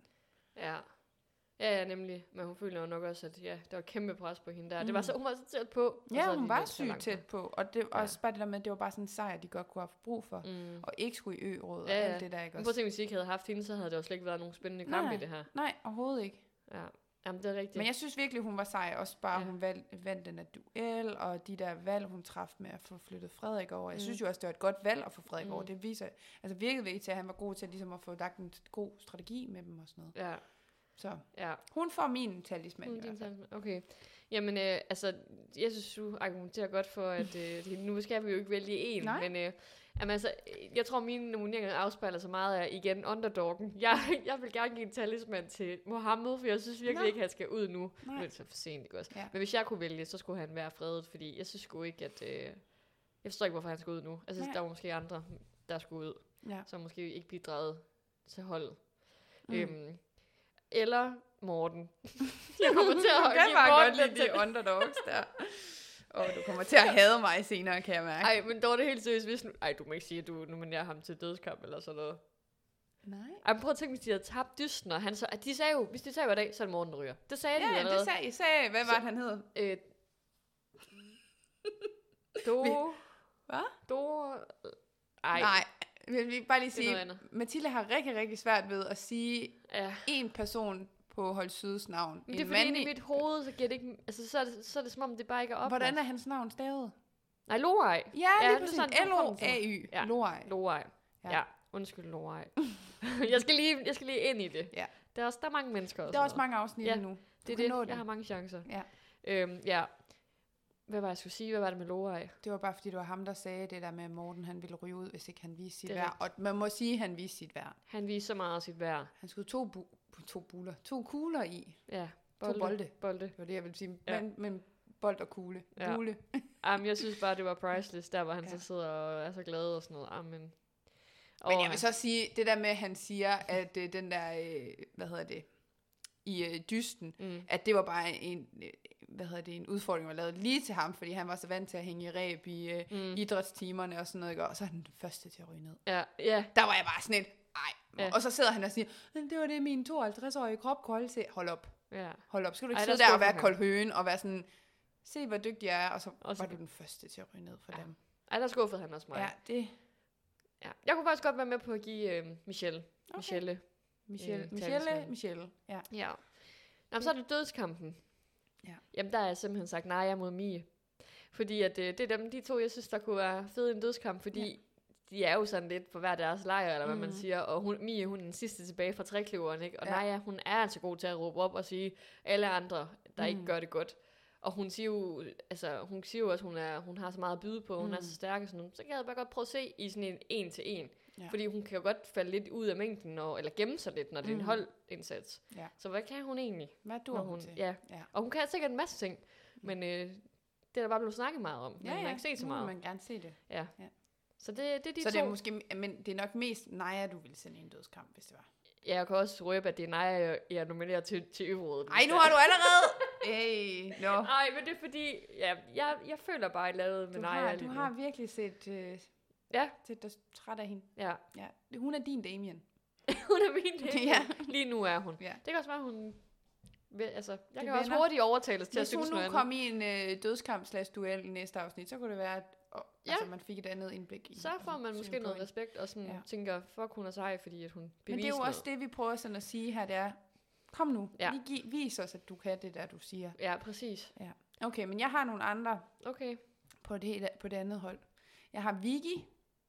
Ja, nemlig. Men hun føler jo nok også, at der var kæmpe pres på hende der. Det var så, hun var så tæt på. Ja, hun var sygt tæt på. Og det var også bare det der med, at det var bare sådan en sejr, de godt kunne have brug for. Og ikke skulle i ø-råd og alt det der, ikke også? Prøv at tænke, hvis I ikke havde haft hende, så havde der jo slet ikke været nogen spændende kamp i det her. Nej, overhovedet ikke. Ja, jamen det er rigtigt. Men jeg synes virkelig, hun var sej. Også bare, hun vandt den af duel, og de der valg, hun traf med at få flyttet Frederik over. Jeg synes jo også, det var et godt valg at få Frederik over. Det viser, altså virkelig til, at han var god til ligesom at få lagt en god strategi med dem og sådan noget. Ja. Så hun får min talisman. Okay. Jamen, altså, jeg synes, du argumenterer godt for, at nu skal vi jo ikke vælge en, men jamen, altså, jeg tror, mine nomineringer afspejler så meget af, igen, underdoggen. Jeg vil gerne give en talisman til Mohammed, for jeg synes virkelig ikke, at han skal ud nu. Nu er det så for sent, ikke også? Ja. Men hvis jeg kunne vælge, så skulle han være fredet, fordi jeg synes sgu ikke, at... jeg forstår ikke, hvorfor han skal ud nu. Altså, der var måske andre, der skulle ud, som måske ikke bidraget til holdet. Eller Morten. Jeg kommer til at give Morten godt lide de underdogs der. Og du kommer til at hade mig senere, kan jeg mærke. Ej, men dog er det helt seriøst, hvis du må ikke sige, at du nominerer ham til dødskamp eller sådan noget. Nej. Ej, men prøv at tænke, hvis de havde tabt dysten, og han så, at de sagde jo, hvis de tager i dag, så er det Morten, der ryger. Det sagde de allerede. Ja, det sagde, hvad var det, han hed? Nej. Jeg vil bare lige sige, Mathilde har rigtig, rigtig svært ved at sige en person på Hold Syds navn. Men det er fordi, i mit hoved, så giver det ikke... Altså, så er det som om, det bare ikke er op. Hvordan er hans navn stavet? Nej, Loaj. Ja, lige præcis. L-O-A-Y. Loaj. Ja, undskyld, Loaj. jeg skal lige ind i det. Ja. Der er mange mennesker også. Der er også mange afsnit nu. Det er det. Jeg har mange chancer. Ja. Hvad var jeg skulle sige? Hvad var det med Loaj? Det var bare fordi, det var ham, der sagde det der med, at Morten han ville ryge ud, hvis ikke han viste sit værd. Og man må sige, at han viste sit værd. Han viste så meget af sit værd. Han skulle to kugler i. Ja. Bolde. Bolde. Det var det, jeg ville sige. Ja. Men bold og kugle. Ja. Jamen, jeg synes bare, det var priceless, der hvor han så sidder og er så glad og sådan noget. Amen. Men jeg vil så sige, det der med, at han siger, at den der, i dysten, at det var bare en udfordring, der var lavet lige til ham, fordi han var så vant til at hænge i reb i idrætstimerne og sådan noget, og så er han den første til at ryge ned. Ja. Der var jeg bare sådan et, og så sidder han og siger, det var det, min 52-årige krop kunne holde til. Hold op. Ja. Hold op. Skal du ikke sidde der og være kold høen, og være sådan, se hvor dygtig jeg er, og så var du den første til at ryge ned for dem. Ej, der skuffede han også mig. Ja, det... Ja. Jeg kunne faktisk godt være med på at give Michelle. Okay. Michelle. Ja. Nå, så er det dødskampen. Ja. Jamen, der er jeg simpelthen sagt nej, jeg mod Mie. Fordi at, det er de to, jeg synes, der kunne være fede i en dødskamp, fordi de er jo sådan lidt på hver deres lejr, eller hvad man siger, og Mie, hun er den sidste tilbage fra trekløveren, ikke? Og Naja, hun er altså god til at råbe op og sige, alle andre, der ikke gør det godt. Og hun siger jo også, at hun har så meget at byde på, hun er så stærk og sådan noget. Så kan jeg bare godt prøve at se i sådan en til en. Ja. Fordi hun kan jo godt falde lidt ud af mængden, eller gemme sig lidt, når det er en holdindsats. Ja. Så hvad kan hun egentlig? Hvad dur hun til? Ja. Og hun kan sikkert en masse ting, men det er der bare blevet snakket meget om. Men man har ikke set så meget. Man gerne se det. Ja. Så det er de to. Så det er måske, men det er nok mest Naja, du ville sende i en dødskamp, hvis det var. Ja, jeg kan også røbe, at det er Naja, jeg nominerer til øvrådet. Ej, nu har du allerede! Nej, men det er fordi, jeg føler bare, at jeg lavede med Naja. Du har virkelig set dig træt af hende. Ja. Hun er din Damien. Hun er min Damien. Lige nu er hun. Ja. Det kan også være, hun... Altså, jeg kan også hurtigt overtales til at synes noget andet. Hvis hun nu kom i en dødskamp/duel i næste afsnit, så kunne det være, at man fik et andet indblik i. Så får man måske noget respekt, og sådan tænker, fuck, hun er sej, fordi at hun beviser Men det er jo også det, vi prøver sådan at sige her, det er, kom nu, vis os, at du kan det der, du siger. Ja, præcis. Ja. Okay, men jeg har nogle andre på det andet hold. Jeg har Vicky.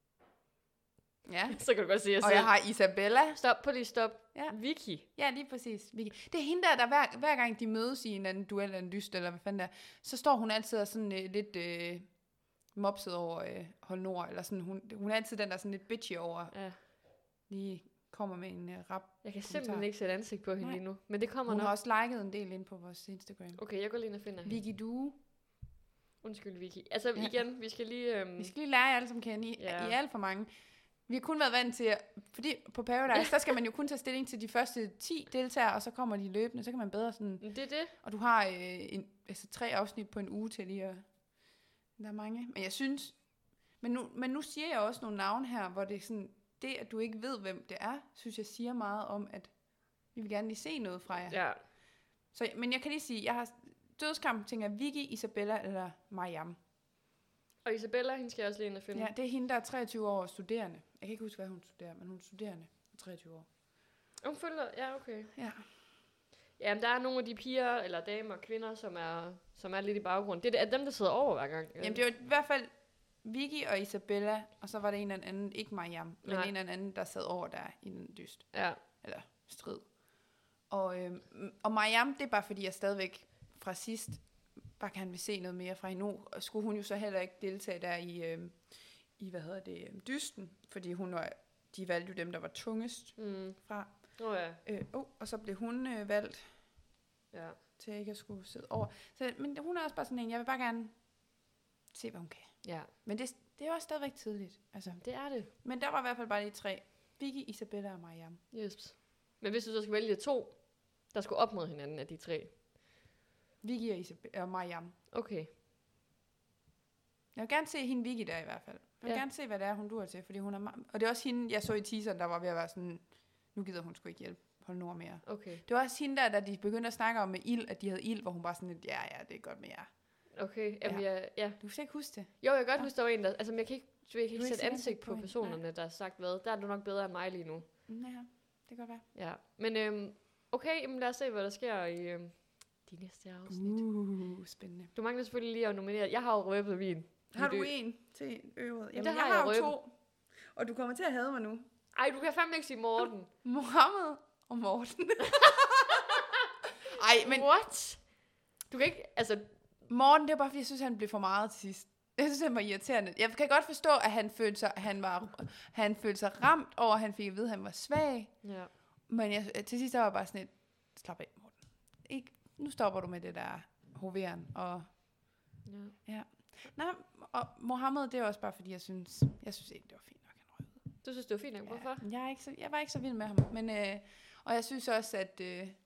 Ja. Så kan du godt sige, og jeg har Isabella. Stop. Ja. Vicky. Ja, lige præcis. Vicky. Det er hende der hver gang de mødes i en anden duel eller en dyst, eller hvad fanden der, så står hun altid og sådan lidt mopset over Hold Nord, eller sådan, hun er altid den der sådan lidt bitchy over, lige kommer med en rap. Jeg kan simpelthen ikke sætte ansigt på hende lige nu, men det kommer hun nok. Har også liket en del ind på vores Instagram. Okay, jeg går lige ind og finder hende. Vicky Due. Undskyld, Vicky. Altså igen, vi skal lige... Vi skal lige lære jer alle som kender i alt for mange. Vi har kun været vant til, fordi på Paradise, der skal man jo kun tage stilling til de første 10 deltagere, og så kommer de løbende, så kan man bedre sådan... Det er det. Og du har 3 afsnit på en uge til lige at... Der er mange. Men jeg synes... Men nu siger jeg også nogle navne her, hvor det er sådan... Det, at du ikke ved, hvem det er, synes jeg siger meget om, at vi vil gerne lige se noget fra jer. Ja. Så, men jeg kan lige sige, jeg har dødskamp, tænker Vicky, Isabella eller Mariam. Og Isabella, hende skal jeg også lige ind og finde. Ja, det er hende, der er 23 år studerende. Jeg kan ikke huske, hvad hun studerer, men hun er studerende og 23 år. Hun følger, ja, okay. Ja. Jamen, der er nogle af de piger, eller damer og kvinder, som er lidt i baggrund. Det er dem, der sidder over hver gang. Jamen, det var i hvert fald Vicky og Isabella, og så var det en eller anden, ikke Mariam, men en eller anden, der sad over der i den dyst. Ja. Eller strid. Og Mariam, det er bare fordi, jeg stadigvæk fra sidst bare gerne vil se noget mere fra hende. Nu skulle hun jo så heller ikke deltage der i dysten, fordi de valgte jo dem, der var tungest fra. Og så blev hun valgt til ikke at skulle sidde over. Så, men hun er også bare sådan en, jeg vil bare gerne se, hvad hun kan. Ja. Men det er også stadigvæk tidligt. Altså. Det er det. Men der var i hvert fald bare de 3. Vicky, Isabella og Mariam. Yes. Men hvis du så skal vælge 2, der skulle op mod hinanden af de 3. Vicky og Mariam. Okay. Jeg vil gerne se hende Vicky der i hvert fald. Jeg vil gerne se, hvad det er, hun duer til, fordi hun er og det er også hende, jeg så i teaseren, der var ved at være sådan, nu gider hun sgu ikke hjælpe Hold Nord mere. Okay. Det var også hende der, da de begyndte at snakke om med ild, at de havde ild, hvor hun bare sådan lidt, ja, det er godt med jer. Okay, jamen Du kan ikke huske det? Jo, jeg kan godt huske, der var en, der... Altså, jeg kan ikke sætte ansigt på personerne, der har sagt hvad. Der er du nok bedre end mig lige nu. Ja, det kan godt være. Ja, men okay, jamen lad os se, hvad der sker i de næste afsnit. Spændende. Du mangler selvfølgelig lige at nominere. Jeg har jo røbet min. Har du en til øvrigt? Jamen, jeg har jo 2. Og du kommer til at hade mig nu. Ej, du kan fandme ikke sige Morten. Mohammed og Morten. Ej, men... What? Du kan ikke, altså... Morten, det er bare fordi, jeg synes, han blev for meget til sidst. Jeg synes, han var irriterende. Jeg kan godt forstå, at han følte sig ramt over, at han fik at vide, at han var svag. Ja. Men til sidst, der var bare sådan et, slap af, Morten. Nu stopper du med det der hoveren, og Ja. Nej, og Mohammed, det er også bare fordi, jeg synes ikke, det var fint nok, han røg ud. Du synes, det var fint nok? Hvorfor? Jeg var ikke så vild med ham. Men, og jeg synes også, at...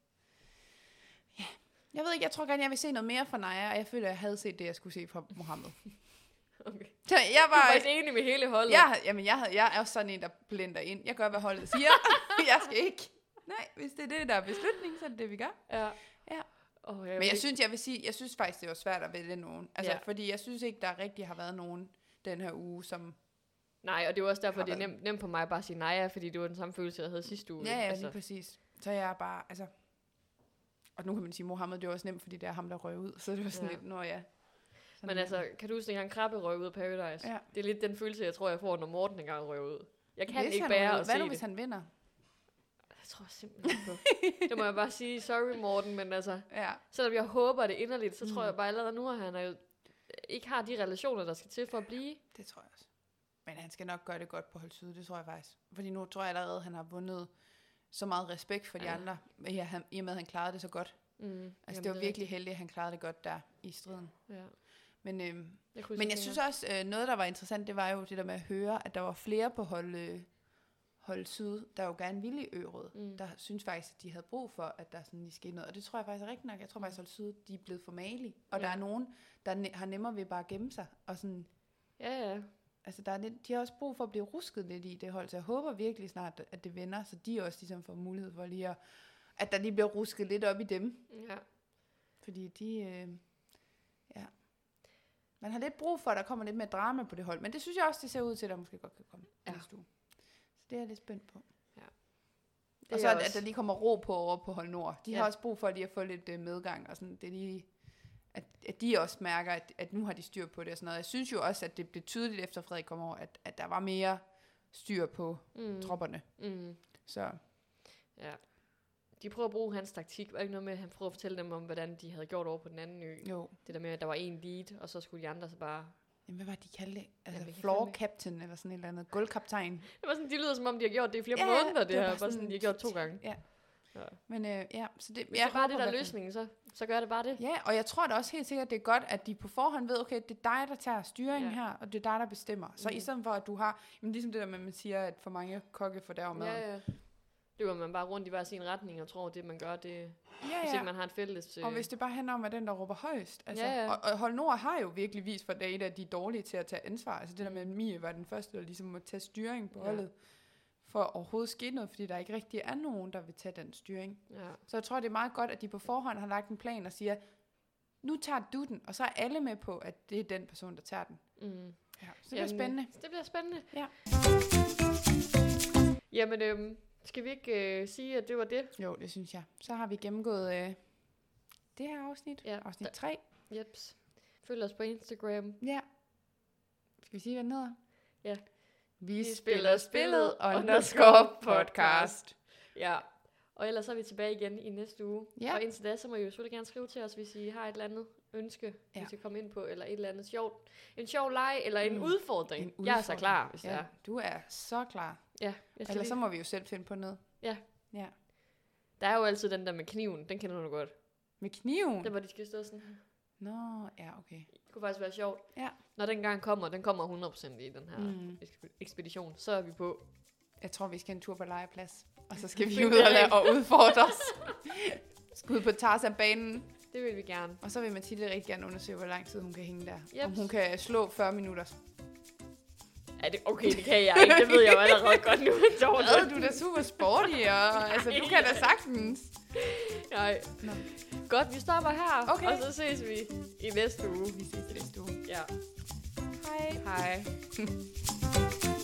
jeg ved ikke, jeg tror gerne, jeg vil se noget mere fra Naja, og jeg føler, at jeg havde set det, jeg skulle se fra Mohammed. Okay. Så jeg var faktisk enig med hele holdet. Jeg er også sådan en, der blender ind. Jeg gør, hvad holdet siger. Jeg skal ikke. Nej, hvis det er det, der er beslutning, så er det det, vi gør. Ja. Men jeg synes faktisk, det var svært at vælge nogen. Altså, fordi jeg synes ikke, der rigtig har været nogen den her uge, som... Nej, og det var også derfor, det er nemt på mig bare at sige nej, fordi det var den samme følelse, jeg havde sidste uge. Ja, lige præcis. Så jeg er bare, altså... Og nu kan man sige, Mohammed, det er også nemt, fordi det er ham, der røg ud. Så det var sådan lidt, når jeg... Men altså, kan du huske, engang Krabbe røg ud af Paradise? Ja. Det er lidt den følelse, jeg tror, jeg får, når Morten engang røg ud. Jeg kan ikke bære at se det. Hvad nu, hvis han vinder? Jeg tror simpelthen på. Det må jeg bare sige, sorry Morten, men altså, selvom jeg håber det inderligt, så tror jeg bare allerede nu, at han jo ikke har de relationer, der skal til for at blive. Det tror jeg også. Men han skal nok gøre det godt på Hold Syd, det tror jeg faktisk. Fordi nu tror jeg allerede, at han har vundet så meget respekt for de andre, i og med, at han klarede det så godt. Altså, det var virkelig heldigt, at han klarede det godt der i striden. Ja. Men jeg synes også, noget, der var interessant, det var jo det der med at høre, at der var flere på Hold Syd, der jo gerne ville i Øråd. Der synes faktisk, at de havde brug for, at der sådan lige skete noget. Og det tror jeg faktisk er rigtigt nok. Jeg tror faktisk, at Hold Syd, de er blevet for malige. Og der er nogen, der har nemmere ved bare at gemme sig. Og sådan, altså, de har også brug for at blive rusket lidt i det hold. Så jeg håber virkelig snart, at det vender, så de også ligesom får mulighed for lige at der lige bliver rusket lidt op i dem. Ja. Fordi de... Man har lidt brug for, at der kommer lidt mere drama på det hold. Men det synes jeg også, det ser ud til, at der måske godt kan komme næste uge. Så det er jeg lidt spændt på. Ja. Og så at der lige kommer ro på over på Hold Nord. De har også brug for lige at få lidt medgang. Og sådan, det er lige, at de også mærker, at nu har de styr på det og sådan noget. Jeg synes jo også, at det blev tydeligt efter Frederik kom over, at der var mere styr på tropperne. Så... Ja. De prøver at bruge hans taktik. Var ikke noget med, at han prøver at fortælle dem om, hvordan de havde gjort over på den anden ø? Jo. Det der med, at der var en lead, og så skulle de andre så bare... Jamen, hvad var det, de kaldte det? Altså, floor captain, eller sådan et eller andet. Gulvkaptajn. Det var sådan, de lyder som om, de har gjort det i flere måneder, det her. Bare sådan, de har gjort 2 gange. Ja. Men så det... Hvis det bare det, der er løsningen, så gør det bare det. Ja, og jeg tror da også helt sikkert, det er godt, at de på forhånd ved, okay, det er dig, der tager styringen her, og det er dig, der bestemmer. Så i stedet for, at du har... Jamen, ligesom det der med, man siger, at for mange kokke får der maden. Ja. Løber man bare rundt i hver sin retning og tror, det man gør, det... Hvis ikke man har et fælles... Og hvis det bare handler om, at den, der råber højst. Altså, og Hold Nord har jo virkelig vist for det, at de er dårlige til at tage ansvar. Altså det der med, at Mie var den første, der ligesom må tage styring på holdet. For overhovedet ske noget, fordi der ikke rigtig er nogen, der vil tage den styring. Ja. Så jeg tror, det er meget godt, at de på forhånd har lagt en plan og siger, nu tager du den, og så er alle med på, at det er den person, der tager den. Ja, så det bliver spændende. Det bliver spændende. Ja. Jamen, skal vi ikke sige, at det var det? Jo, det synes jeg. Så har vi gennemgået det her afsnit. Ja. Afsnit 3. Jeps. Følg os på Instagram. Ja. Skal vi sige, hvad den hedder? Ja. Vi spiller spillet _podcast. Ja. Og ellers er vi tilbage igen i næste uge. Ja. Og indtil da, så må I jo selvfølgelig gerne skrive til os, hvis I har et eller andet ønske, vi skal komme ind på, eller et eller andet sjovt. En sjov leg, eller en udfordring. Jeg er så klar, hvis det er. Du er så klar. Ja. Ellers så må vi jo selv finde på noget. Ja. Der er jo altid den der med kniven, den kender du godt. Med kniven? Den, hvor de skal stå sådan her. Nå, ja, okay. Det kunne faktisk være sjovt. Ja. Når den kommer 100% i den her ekspedition, så er vi på. Jeg tror, vi skal en tur på legeplads. Og så skal vi ud og udfordre os. Skal ud på Tarzan-banen. Det vil vi gerne. Og så vil Mathilde rigtig gerne undersøge, hvor lang tid hun kan hænge der. Yep. Om hun kan slå 40 minutter. Ja, okay, det kan jeg ikke. Det ved jeg jo allerede godt nu. Du er da super sporty, og altså, du kan da sagtens. Nej. Nå. Godt, vi stopper her, og så ses vi i næste uge. Vi ses i næste uge. Ja. Hej. Hej.